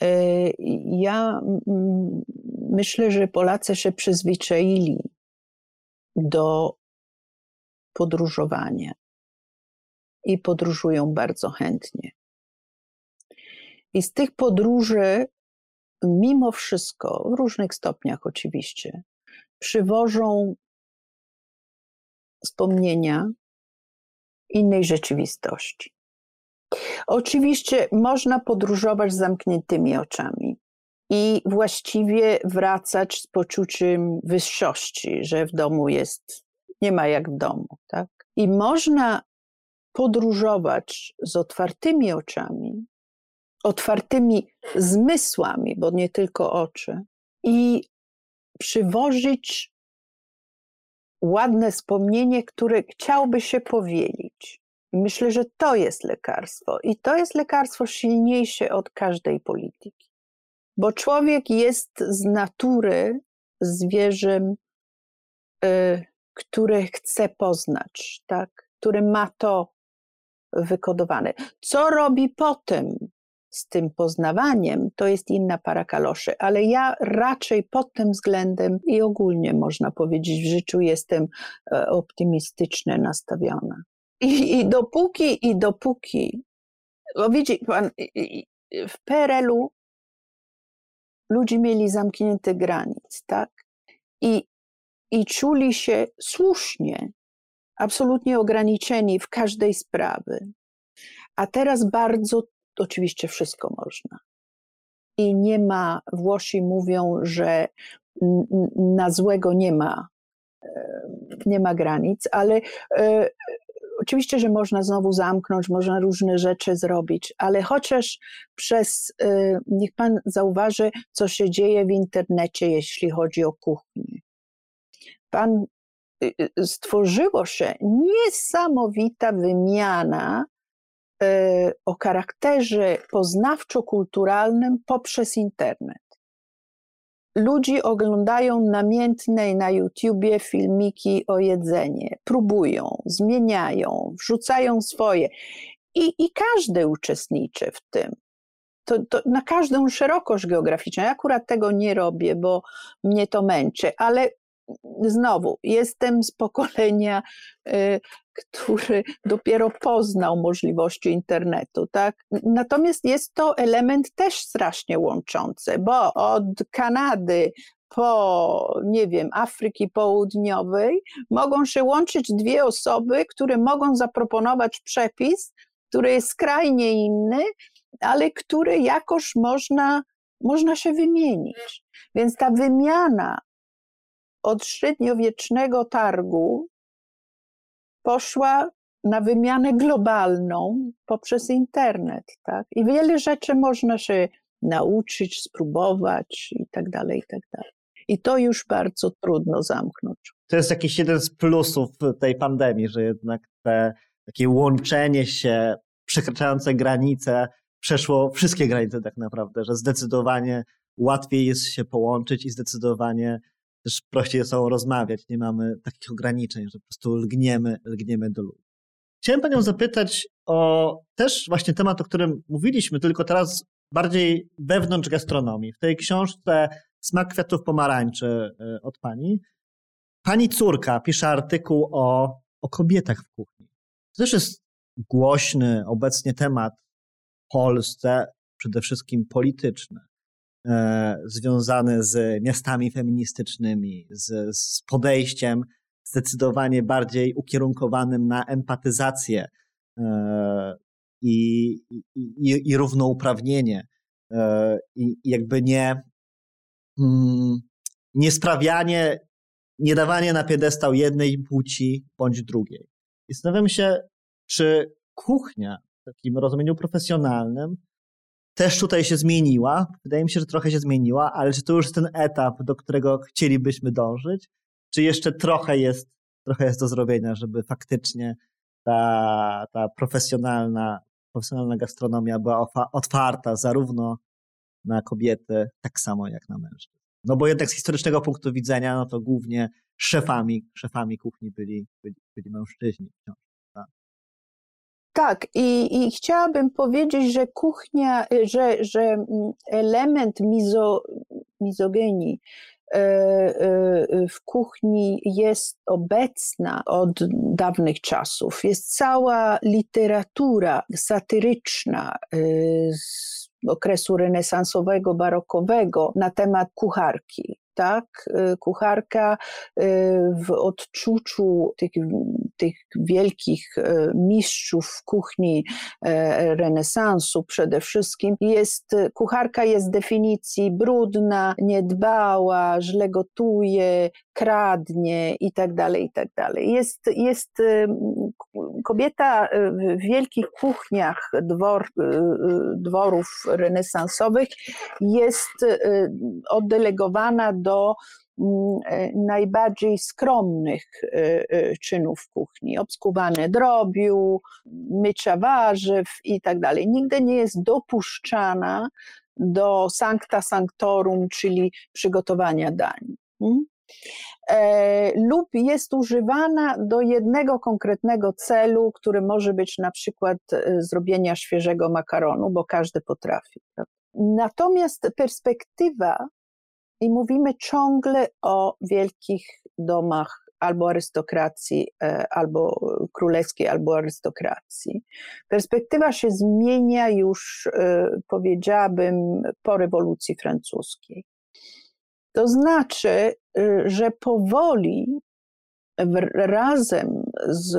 Ja myślę, że Polacy się przyzwyczaili do podróżowania i podróżują bardzo chętnie. I z tych podróży, mimo wszystko, w różnych stopniach oczywiście, przywożą wspomnienia innej rzeczywistości. Oczywiście można podróżować z zamkniętymi oczami i właściwie wracać z poczuciem wyższości, że w domu jest, nie ma jak w domu, tak? I można podróżować z otwartymi oczami, otwartymi zmysłami, bo nie tylko oczy, i przywozić ładne wspomnienie, które chciałby się powielić. Myślę, że to jest lekarstwo i to jest lekarstwo silniejsze od każdej polityki, bo człowiek jest z natury zwierzem, y, które chce poznać, tak? Które ma to wykodowane. Co robi potem z tym poznawaniem, to jest inna para kaloszy, ale ja raczej pod tym względem i ogólnie można powiedzieć w życiu jestem optymistycznie nastawiona. I, i dopóki, i dopóki, bo widzi pan, w P R L-u ludzie mieli zamknięte granice, tak? I, i czuli się słusznie, absolutnie ograniczeni w każdej sprawie. A teraz bardzo, oczywiście wszystko można. I nie ma, Włosi mówią, że na złego nie ma, nie ma granic, ale e, oczywiście, że można znowu zamknąć, można różne rzeczy zrobić, ale chociaż przez, e, niech pan zauważy, co się dzieje w internecie, jeśli chodzi o kuchnię. Pan stworzyło się niesamowita wymiana y, o charakterze poznawczo-kulturalnym poprzez internet. Ludzie oglądają namiętne na YouTubie filmiki o jedzenie, próbują, zmieniają, wrzucają swoje i, i każdy uczestniczy w tym. To, to na każdą szerokość geograficzną. Ja akurat tego nie robię, bo mnie to męczy, ale znowu, jestem z pokolenia, y, który dopiero poznał możliwości internetu, tak? Natomiast jest to element też strasznie łączący, bo od Kanady po, nie wiem, Afryki Południowej mogą się łączyć dwie osoby, które mogą zaproponować przepis, który jest skrajnie inny, ale który jakoś można, można się wymienić. Więc ta wymiana od średniowiecznego targu poszła na wymianę globalną poprzez internet, tak? I wiele rzeczy można się nauczyć, spróbować i tak dalej, i tak dalej. I to już bardzo trudno zamknąć. To jest jakiś jeden z plusów tej pandemii, że jednak te takie łączenie się, przekraczające granice, przeszło wszystkie granice tak naprawdę, że zdecydowanie łatwiej jest się połączyć i zdecydowanie też prościej jest o rozmawiać, nie mamy takich ograniczeń, że po prostu lgniemy, lgniemy do ludzi. Chciałem panią zapytać o też właśnie temat, o którym mówiliśmy, tylko teraz bardziej wewnątrz gastronomii. W tej książce Smak kwiatów pomarańczy od pani, pani córka pisze artykuł o, o kobietach w kuchni. To też jest głośny obecnie temat w Polsce, przede wszystkim polityczny, związane z miastami feministycznymi, z, z podejściem zdecydowanie bardziej ukierunkowanym na empatyzację i, i, i równouprawnienie i jakby nie, nie sprawianie, nie dawanie na piedestał jednej płci bądź drugiej. I zastanawiam się, czy kuchnia w takim rozumieniu profesjonalnym też tutaj się zmieniła. Wydaje mi się, że trochę się zmieniła, ale czy to już jest ten etap, do którego chcielibyśmy dążyć? Czy jeszcze trochę jest, trochę jest do zrobienia, żeby faktycznie ta, ta profesjonalna, profesjonalna gastronomia była otwarta zarówno na kobiety, tak samo jak na mężczyzn? No bo jednak z historycznego punktu widzenia, no to głównie szefami, szefami kuchni byli, byli, byli mężczyźni wciąż. Tak? Tak, i, i chciałabym powiedzieć, że kuchnia, że, że element mizo, mizogenii w kuchni jest obecna od dawnych czasów. Jest cała literatura satyryczna z okresu renesansowego, barokowego na temat kucharki. Tak, kucharka w odczuciu tych, tych wielkich mistrzów w kuchni renesansu przede wszystkim jest, kucharka jest z definicji brudna, niedbała, źle gotuje, kradnie i tak dalej, i tak dalej. Jest, jest kobieta w wielkich kuchniach dwor, dworów renesansowych jest oddelegowana do najbardziej skromnych czynów kuchni, obskuwane drobiu, mycia warzyw i tak dalej. Nigdy nie jest dopuszczana do sancta sanctorum, czyli przygotowania dań. E, lub jest używana do jednego konkretnego celu, który może być na przykład zrobienia świeżego makaronu, bo każdy potrafi. Natomiast perspektywa, i mówimy ciągle o wielkich domach albo arystokracji, albo królewskiej, albo arystokracji. Perspektywa się zmienia już, powiedziałabym, po rewolucji francuskiej. To znaczy, że powoli razem z,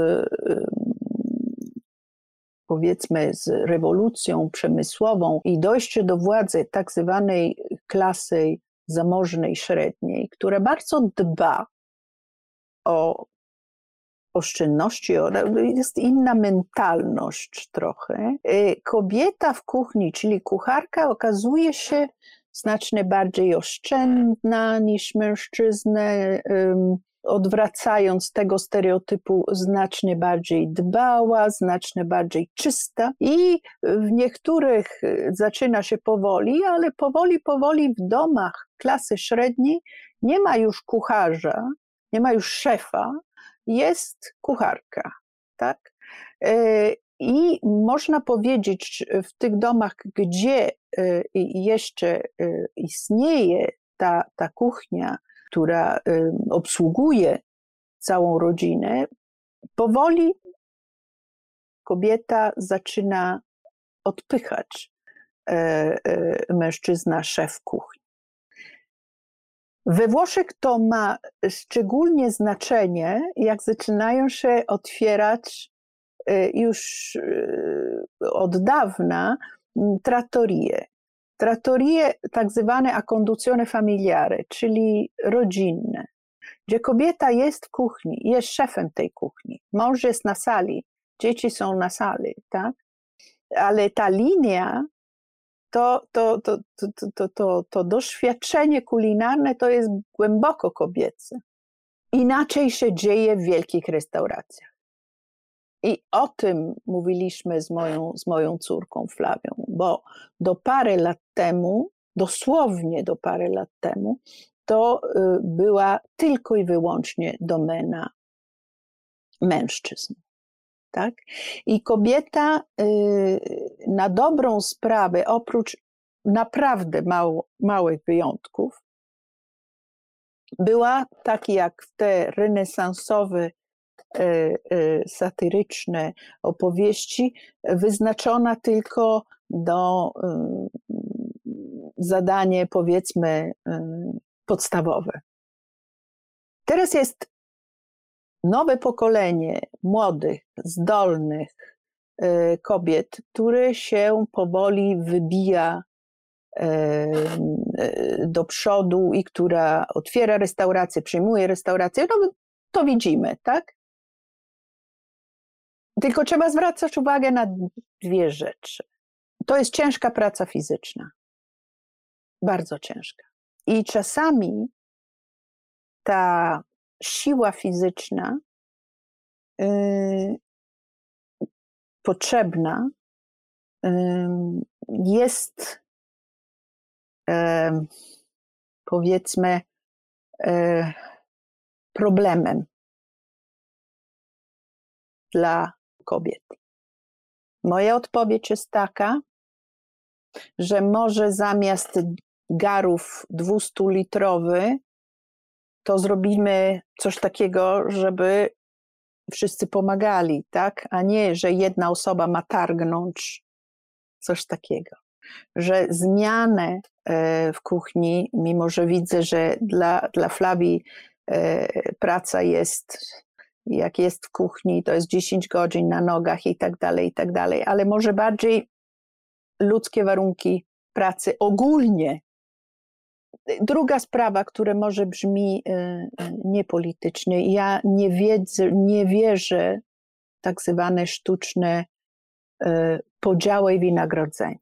powiedzmy, z rewolucją przemysłową i dojście do władzy tak zwanej klasy zamożnej, średniej, która bardzo dba o oszczędności, jest inna mentalność trochę. Kobieta w kuchni, czyli kucharka, okazuje się znacznie bardziej oszczędna niż mężczyzna, odwracając tego stereotypu, znacznie bardziej dbała, znacznie bardziej czysta i w niektórych zaczyna się powoli, ale powoli, powoli w domach klasy średniej nie ma już kucharza, nie ma już szefa, jest kucharka, tak? I można powiedzieć, w tych domach, gdzie jeszcze istnieje ta, ta kuchnia, która obsługuje całą rodzinę, powoli kobieta zaczyna odpychać mężczyzna, szef kuchni. We Włoszech to ma szczególnie znaczenie, jak zaczynają się otwierać już od dawna trattorie. Trattorie tak zwane a conduzione familiare, czyli rodzinne, gdzie kobieta jest w kuchni, jest szefem tej kuchni. Mąż jest na sali, dzieci są na sali, tak? Ale ta linia, to, to, to, to, to, to, to doświadczenie kulinarne to jest głęboko kobiece. Inaczej się dzieje w wielkich restauracjach. I o tym mówiliśmy z moją, z moją córką Flawią, bo do parę lat temu, dosłownie do parę lat temu, to była tylko i wyłącznie domena mężczyzn. Tak? I kobieta na dobrą sprawę, oprócz naprawdę mało, małych wyjątków, była, tak jak w te renesansowe satyryczne opowieści, wyznaczona tylko do zadanie, powiedzmy, podstawowe. Teraz jest nowe pokolenie młodych, zdolnych kobiet, które się powoli wybija do przodu i która otwiera restaurację, przyjmuje restaurację. No, to widzimy, tak? Tylko trzeba zwracać uwagę na dwie rzeczy. To jest ciężka praca fizyczna. Bardzo ciężka. I czasami ta siła fizyczna yy, potrzebna yy, jest yy, powiedzmy yy, problemem dla kobiet. Moja odpowiedź jest taka, że może zamiast garów dwustulitrowy to zrobimy coś takiego, żeby wszyscy pomagali, tak? A nie, że jedna osoba ma targnąć coś takiego. Że zmianę w kuchni, mimo że widzę, że dla, dla Flavii praca jest, jak jest w kuchni, to jest dziesięć godzin na nogach i tak dalej, i tak dalej, ale może bardziej ludzkie warunki pracy ogólnie. Druga sprawa, która może brzmi niepolitycznie, ja nie, wiedzę, nie wierzę w tak zwane sztuczne podziały wynagrodzenia.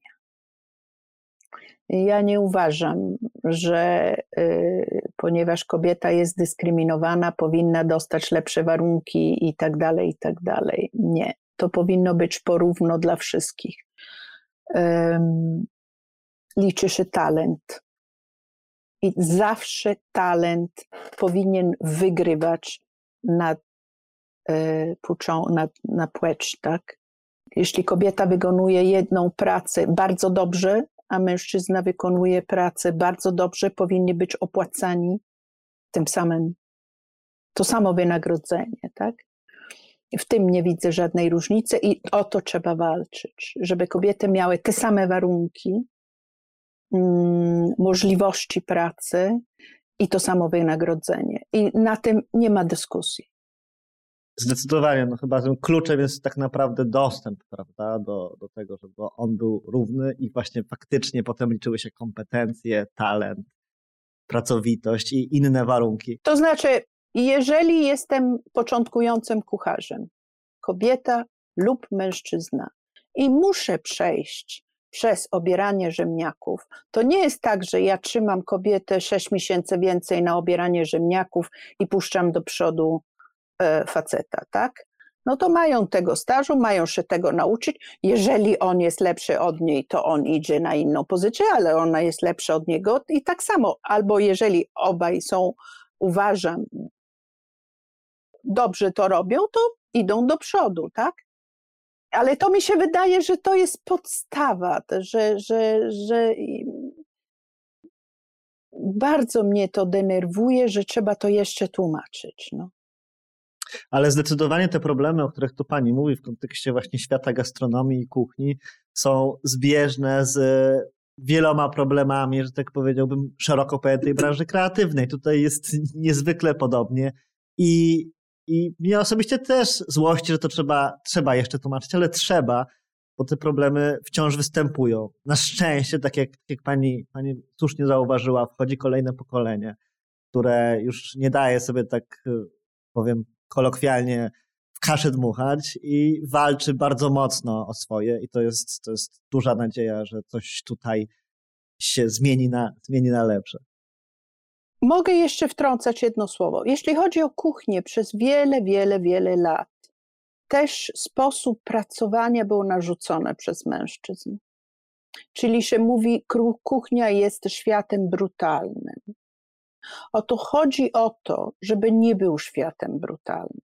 Ja nie uważam, że y, ponieważ kobieta jest dyskryminowana, powinna dostać lepsze warunki i tak dalej, i tak dalej. Nie, to powinno być porówno dla wszystkich. Um, liczy się talent. I zawsze talent powinien wygrywać nad, y, płcią, nad, na płeć, tak? Jeśli kobieta wykonuje jedną pracę bardzo dobrze, a mężczyzna wykonuje pracę bardzo dobrze, powinni być opłacani tym samym, to samo wynagrodzenie, tak? W tym nie widzę żadnej różnicy i o to trzeba walczyć, żeby kobiety miały te same warunki, mm, możliwości pracy i to samo wynagrodzenie. I na tym nie ma dyskusji. Zdecydowanie, no chyba tym kluczem jest tak naprawdę dostęp, prawda, do, do tego, żeby on był równy i właśnie faktycznie potem liczyły się kompetencje, talent, pracowitość i inne warunki. To znaczy, jeżeli jestem początkującym kucharzem, kobieta lub mężczyzna i muszę przejść przez obieranie ziemniaków, to nie jest tak, że ja trzymam kobietę sześć miesięcy więcej na obieranie ziemniaków i puszczam do przodu faceta, tak? No to mają tego stażu, mają się tego nauczyć. Jeżeli on jest lepszy od niej, to on idzie na inną pozycję, ale ona jest lepsza od niego i tak samo. Albo jeżeli obaj są, uważam, dobrze to robią, to idą do przodu, tak? Ale to mi się wydaje, że to jest podstawa, że, że, że bardzo mnie to denerwuje, że trzeba to jeszcze tłumaczyć, no. Ale zdecydowanie te problemy, o których tu pani mówi w kontekście właśnie świata gastronomii i kuchni, są zbieżne z wieloma problemami, że tak powiedziałbym, szeroko pojętej branży kreatywnej. Tutaj jest niezwykle podobnie i, i mnie osobiście też złości, że to trzeba, trzeba jeszcze tłumaczyć, ale trzeba, bo te problemy wciąż występują. Na szczęście, tak jak, jak pani, pani słusznie zauważyła, wchodzi kolejne pokolenie, które już nie daje sobie, tak powiem kolokwialnie, w kaszę dmuchać i walczy bardzo mocno o swoje i to jest, to jest duża nadzieja, że coś tutaj się zmieni na, zmieni na lepsze. Mogę jeszcze wtrącać jedno słowo. Jeśli chodzi o kuchnię, przez wiele, wiele, wiele lat też sposób pracowania był narzucony przez mężczyzn. Czyli się mówi, kuchnia jest światem brutalnym. Oto chodzi o to, żeby nie był światem brutalnym.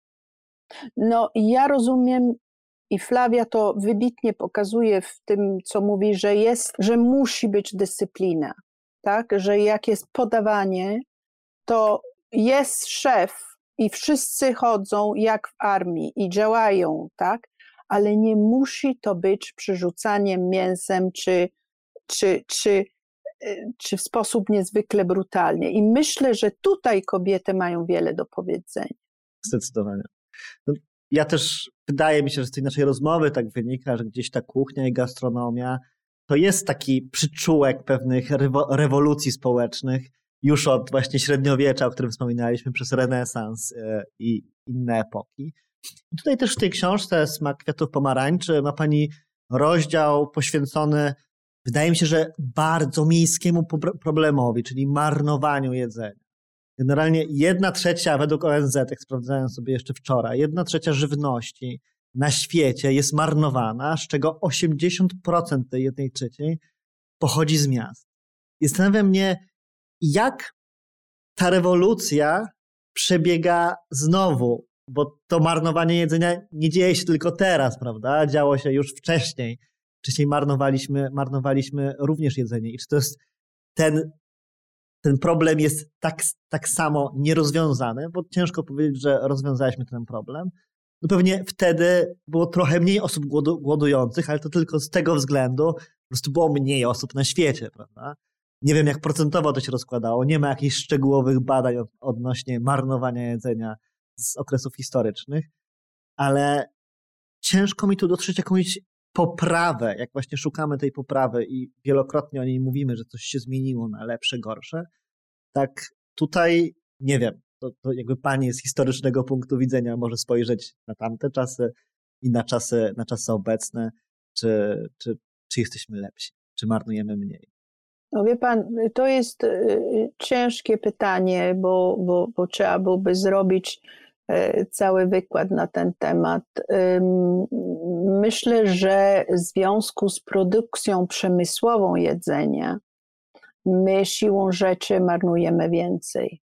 No i ja rozumiem i Flavia to wybitnie pokazuje w tym, co mówi, że jest, że musi być dyscyplina, tak? Że jak jest podawanie, to jest szef i wszyscy chodzą jak w armii i działają, tak? Ale nie musi to być przyrzucaniem mięsem czy, czy, czy czy w sposób niezwykle brutalny. I myślę, że tutaj kobiety mają wiele do powiedzenia. Zdecydowanie. No, ja też, wydaje mi się, że z tej naszej rozmowy tak wynika, że gdzieś ta kuchnia i gastronomia to jest taki przyczółek pewnych rewo- rewolucji społecznych już od właśnie średniowiecza, o którym wspominaliśmy, przez renesans i inne epoki. I tutaj też w tej książce Smak kwiatów pomarańczy ma pani rozdział poświęcony, wydaje mi się, że bardzo miejskiemu problemowi, czyli marnowaniu jedzenia. Generalnie jedna trzecia według O N Z, jak sprawdzałem sobie jeszcze wczoraj, jedna trzecia żywności na świecie jest marnowana, z czego osiemdziesiąt procent tej jednej trzeciej pochodzi z miast. I zastanawia mnie, jak ta rewolucja przebiega znowu bo to marnowanie jedzenia nie dzieje się tylko teraz, prawda? Działo się już wcześniej. Wcześniej marnowaliśmy, marnowaliśmy również jedzenie. I czy to jest ten, ten problem jest tak, tak samo nierozwiązany, bo ciężko powiedzieć, że rozwiązaliśmy ten problem. No pewnie wtedy było trochę mniej osób głodu, głodujących, ale to tylko z tego względu, po prostu było mniej osób na świecie, prawda? Nie wiem, jak procentowo to się rozkładało, nie ma jakichś szczegółowych badań od, odnośnie marnowania jedzenia z okresów historycznych, ale ciężko mi tu dotrzeć jakąś poprawę, jak właśnie szukamy tej poprawy i wielokrotnie o niej mówimy, że coś się zmieniło na lepsze, gorsze, tak tutaj nie wiem, to, to jakby pani z historycznego punktu widzenia może spojrzeć na tamte czasy i na czasy, na czasy obecne, czy, czy, czy jesteśmy lepsi, czy marnujemy mniej. No wie pan, to jest ciężkie pytanie, bo, bo, bo trzeba byłoby zrobić cały wykład na ten temat. Myślę, że w związku z produkcją przemysłową jedzenia my siłą rzeczy marnujemy więcej.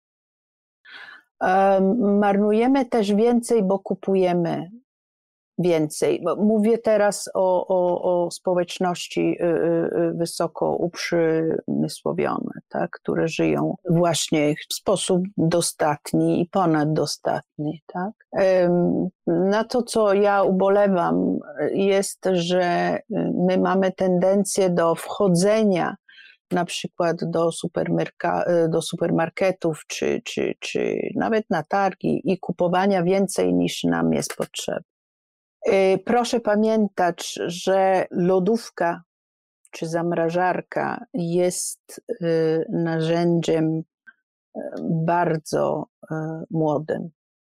Marnujemy też więcej, bo kupujemy więcej. Mówię teraz o, o, o społeczności wysoko uprzemysłowione, tak, które żyją właśnie w sposób dostatni i ponaddostatni. Tak. Na to, co ja ubolewam, jest, że my mamy tendencję do wchodzenia na przykład do, supermerka- do supermarketów czy, czy, czy nawet na targi i kupowania więcej niż nam jest potrzebne. Proszę pamiętać, że lodówka czy zamrażarka jest narzędziem bardzo młodym.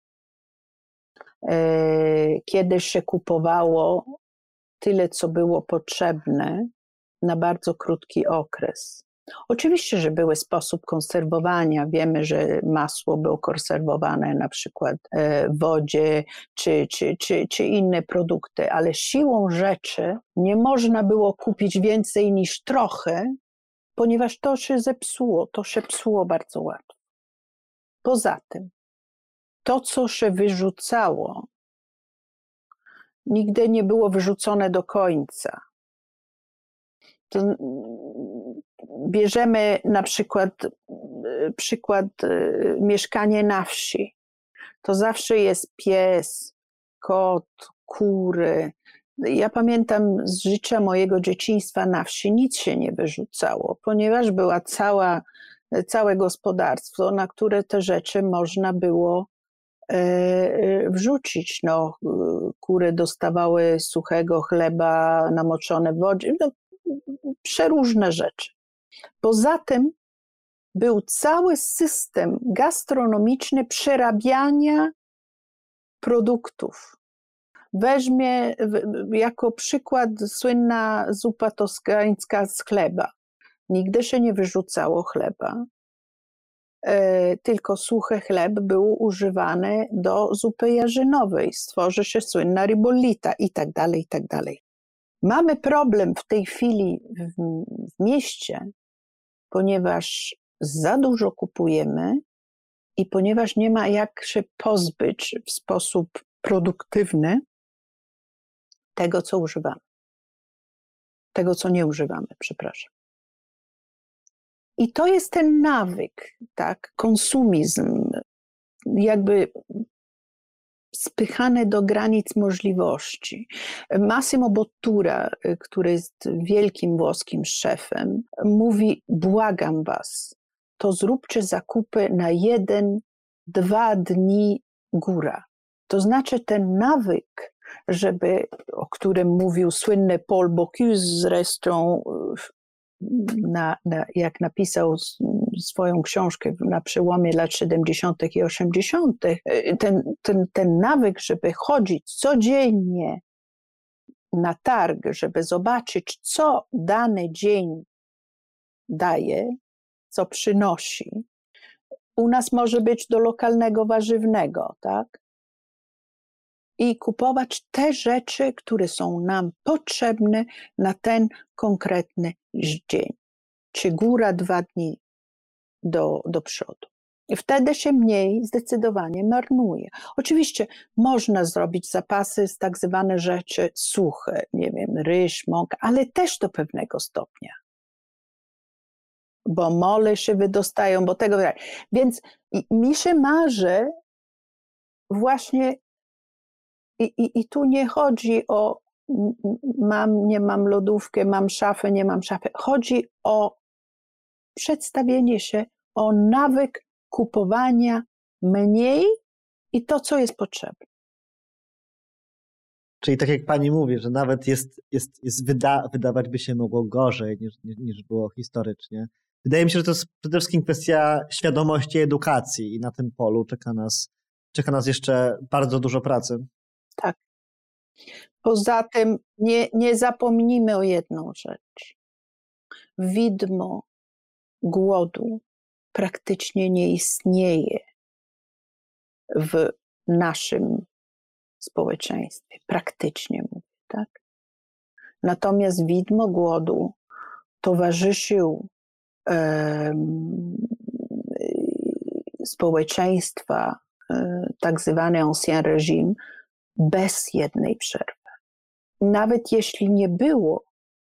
Kiedyś się kupowało tyle, co było potrzebne na bardzo krótki okres. Oczywiście, że były sposób konserwowania. Wiemy, że masło było konserwowane na przykład w wodzie czy, czy, czy, czy inne produkty, ale siłą rzeczy nie można było kupić więcej niż trochę, ponieważ to się zepsuło, to się psuło bardzo łatwo. Poza tym, to, co się wyrzucało, nigdy nie było wyrzucone do końca. To bierzemy na przykład przykład mieszkanie na wsi. To zawsze jest pies, kot, kury. Ja pamiętam z życia mojego dzieciństwa na wsi nic się nie wyrzucało, ponieważ była cała, całe gospodarstwo, na które te rzeczy można było e, wrzucić. No, kury dostawały suchego chleba namoczone w wodzie, no, przeróżne rzeczy. Poza tym był cały system gastronomiczny przerabiania produktów. Weźmie jako przykład słynna zupa toskańska z chleba. Nigdy się nie wyrzucało chleba, tylko suchy chleb był używany do zupy jarzynowej. Stworzy się słynna ribollita i tak dalej, i tak dalej. Mamy problem w tej chwili w, w mieście, ponieważ za dużo kupujemy i ponieważ nie ma jak się pozbyć w sposób produktywny tego, co używamy. Tego, co nie używamy, przepraszam. I to jest ten nawyk, tak, konsumizm, jakby spychany do granic możliwości. Massimo Bottura, który jest wielkim włoskim szefem, mówi: błagam was, to zróbcie zakupy na jeden, dwa dni góra. To znaczy ten nawyk, żeby, o którym mówił słynny Paul Bocuse zresztą, na, na, jak napisał swoją książkę na przełomie lat siedemdziesiątych i osiemdziesiątych, ten, ten, ten nawyk, żeby chodzić codziennie na targ, żeby zobaczyć, co dany dzień daje, co przynosi. U nas może być do lokalnego warzywnego, tak? I kupować te rzeczy, które są nam potrzebne na ten konkretny dzień. Czy góra dwa dni do, do przodu. Wtedy się mniej zdecydowanie marnuje. Oczywiście można zrobić zapasy z tak zwane rzeczy suche, nie wiem, ryż, mąka, ale też do pewnego stopnia. Bo mole się wydostają, bo tego... Więc mi się marzy właśnie i, i, i tu nie chodzi o mam, nie mam lodówkę, mam szafę, nie mam szafy. Chodzi o przedstawienie się, o nawyk kupowania mniej i to, co jest potrzebne. Czyli tak jak pani mówi, że nawet jest, jest, jest wyda, wydawać by się mogło gorzej niż, niż było historycznie. Wydaje mi się, że to jest przede wszystkim kwestia świadomości edukacji i na tym polu czeka nas, czeka nas jeszcze bardzo dużo pracy. Tak. Poza tym nie, nie zapomnijmy o jedną rzecz. Widmo głodu praktycznie nie istnieje w naszym społeczeństwie. Praktycznie mówię, tak? Natomiast widmo głodu towarzyszył um, społeczeństwa um, tak zwany ancien régime bez jednej przerwy. Nawet jeśli nie było,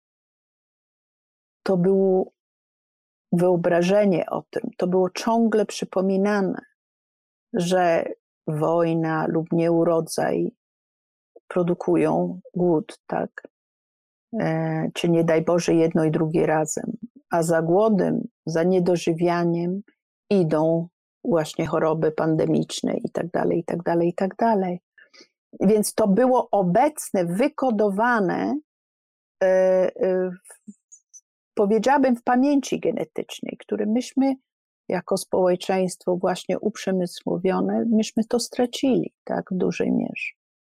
to było wyobrażenie o tym, to było ciągle przypominane, że wojna lub nieurodzaj produkują głód, tak? E, czy nie daj Boże jedno i drugie razem. A za głodem, za niedożywianiem idą właśnie choroby pandemiczne i tak dalej, i tak dalej, i tak dalej. Więc to było obecne, wykodowane, e, e, w, powiedziałabym, w pamięci genetycznej, które myśmy jako społeczeństwo właśnie uprzemysłowione, myśmy to stracili, tak, w dużej mierze.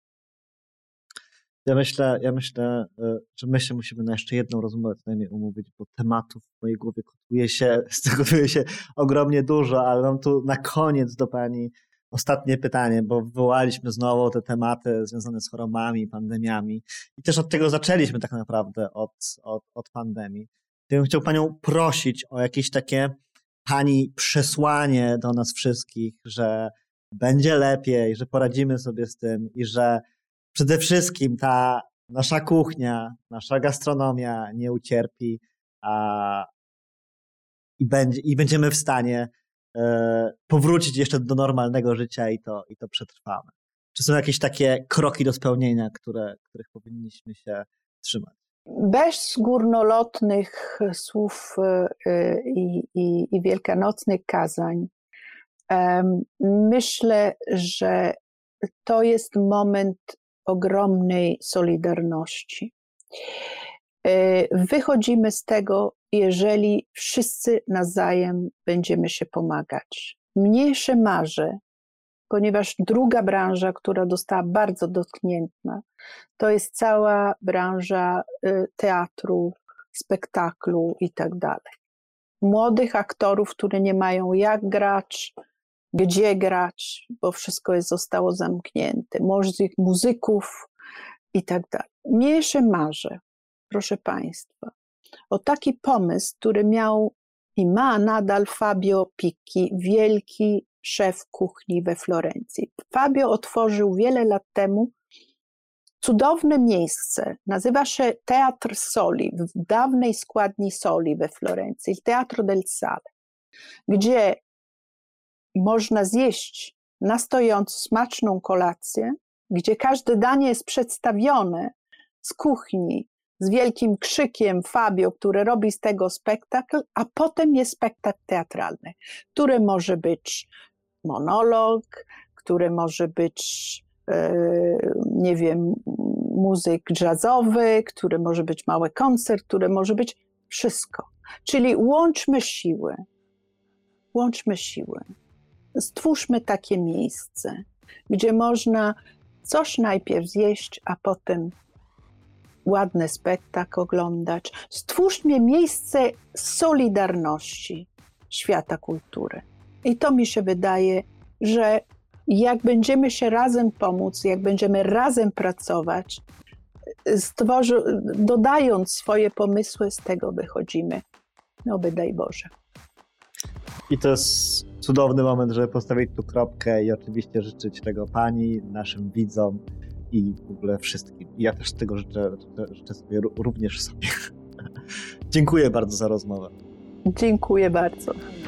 Ja myślę, ja myślę, że my się musimy na jeszcze jedną rozmowę co najmniej umówić, bo tematów w mojej głowie kotuje się, kotuje się ogromnie dużo, ale mam tu na koniec do pani ostatnie pytanie, bo wywołaliśmy znowu te tematy związane z chorobami, pandemiami i też od tego zaczęliśmy tak naprawdę, od, od, od pandemii. Ja bym chciał panią prosić o jakieś takie pani przesłanie do nas wszystkich, że będzie lepiej, że poradzimy sobie z tym i że przede wszystkim ta nasza kuchnia, nasza gastronomia nie ucierpi a, i, będzie, i będziemy w stanie e, powrócić jeszcze do normalnego życia i to, i to przetrwamy. Czy są jakieś takie kroki do spełnienia, które, których powinniśmy się trzymać? Bez górnolotnych słów i, i, i wielkanocnych kazań myślę, że to jest moment ogromnej solidarności. Wychodzimy z tego, jeżeli wszyscy nawzajem będziemy się pomagać. Mnie się marzy, ponieważ druga branża, która została bardzo dotknięta, to jest cała branża teatru, spektaklu i tak dalej. Młodych aktorów, którzy nie mają jak grać, gdzie grać, bo wszystko jest, zostało zamknięte, muzyk, muzyków i tak dalej. Mnie się marzy, proszę Państwa, o taki pomysł, który miał i ma nadal Fabio Picchi, wielki szef kuchni we Florencji. Fabio otworzył wiele lat temu cudowne miejsce, nazywa się Teatr Soli, w dawnej składni Soli we Florencji, Teatro del Sale, gdzie można zjeść na stojąco smaczną kolację, gdzie każde danie jest przedstawione z kuchni, z wielkim krzykiem Fabio, który robi z tego spektakl, a potem jest spektakl teatralny, który może być monolog, który może być, nie wiem, muzyk jazzowy, który może być mały koncert, który może być wszystko. Czyli łączmy siły, łączmy siły. Stwórzmy takie miejsce, gdzie można coś najpierw zjeść, a potem ładny spektakl oglądać. Stwórzmy miejsce solidarności świata kultury. I to mi się wydaje, że jak będziemy się razem pomóc, jak będziemy razem pracować, stworzy, dodając swoje pomysły, z tego wychodzimy. No by daj Boże. I to jest cudowny moment, żeby postawić tu kropkę i oczywiście życzyć tego pani, naszym widzom i w ogóle wszystkim. I ja też tego życzę, życzę sobie również sobie. Dziękuję bardzo za rozmowę. Dziękuję bardzo.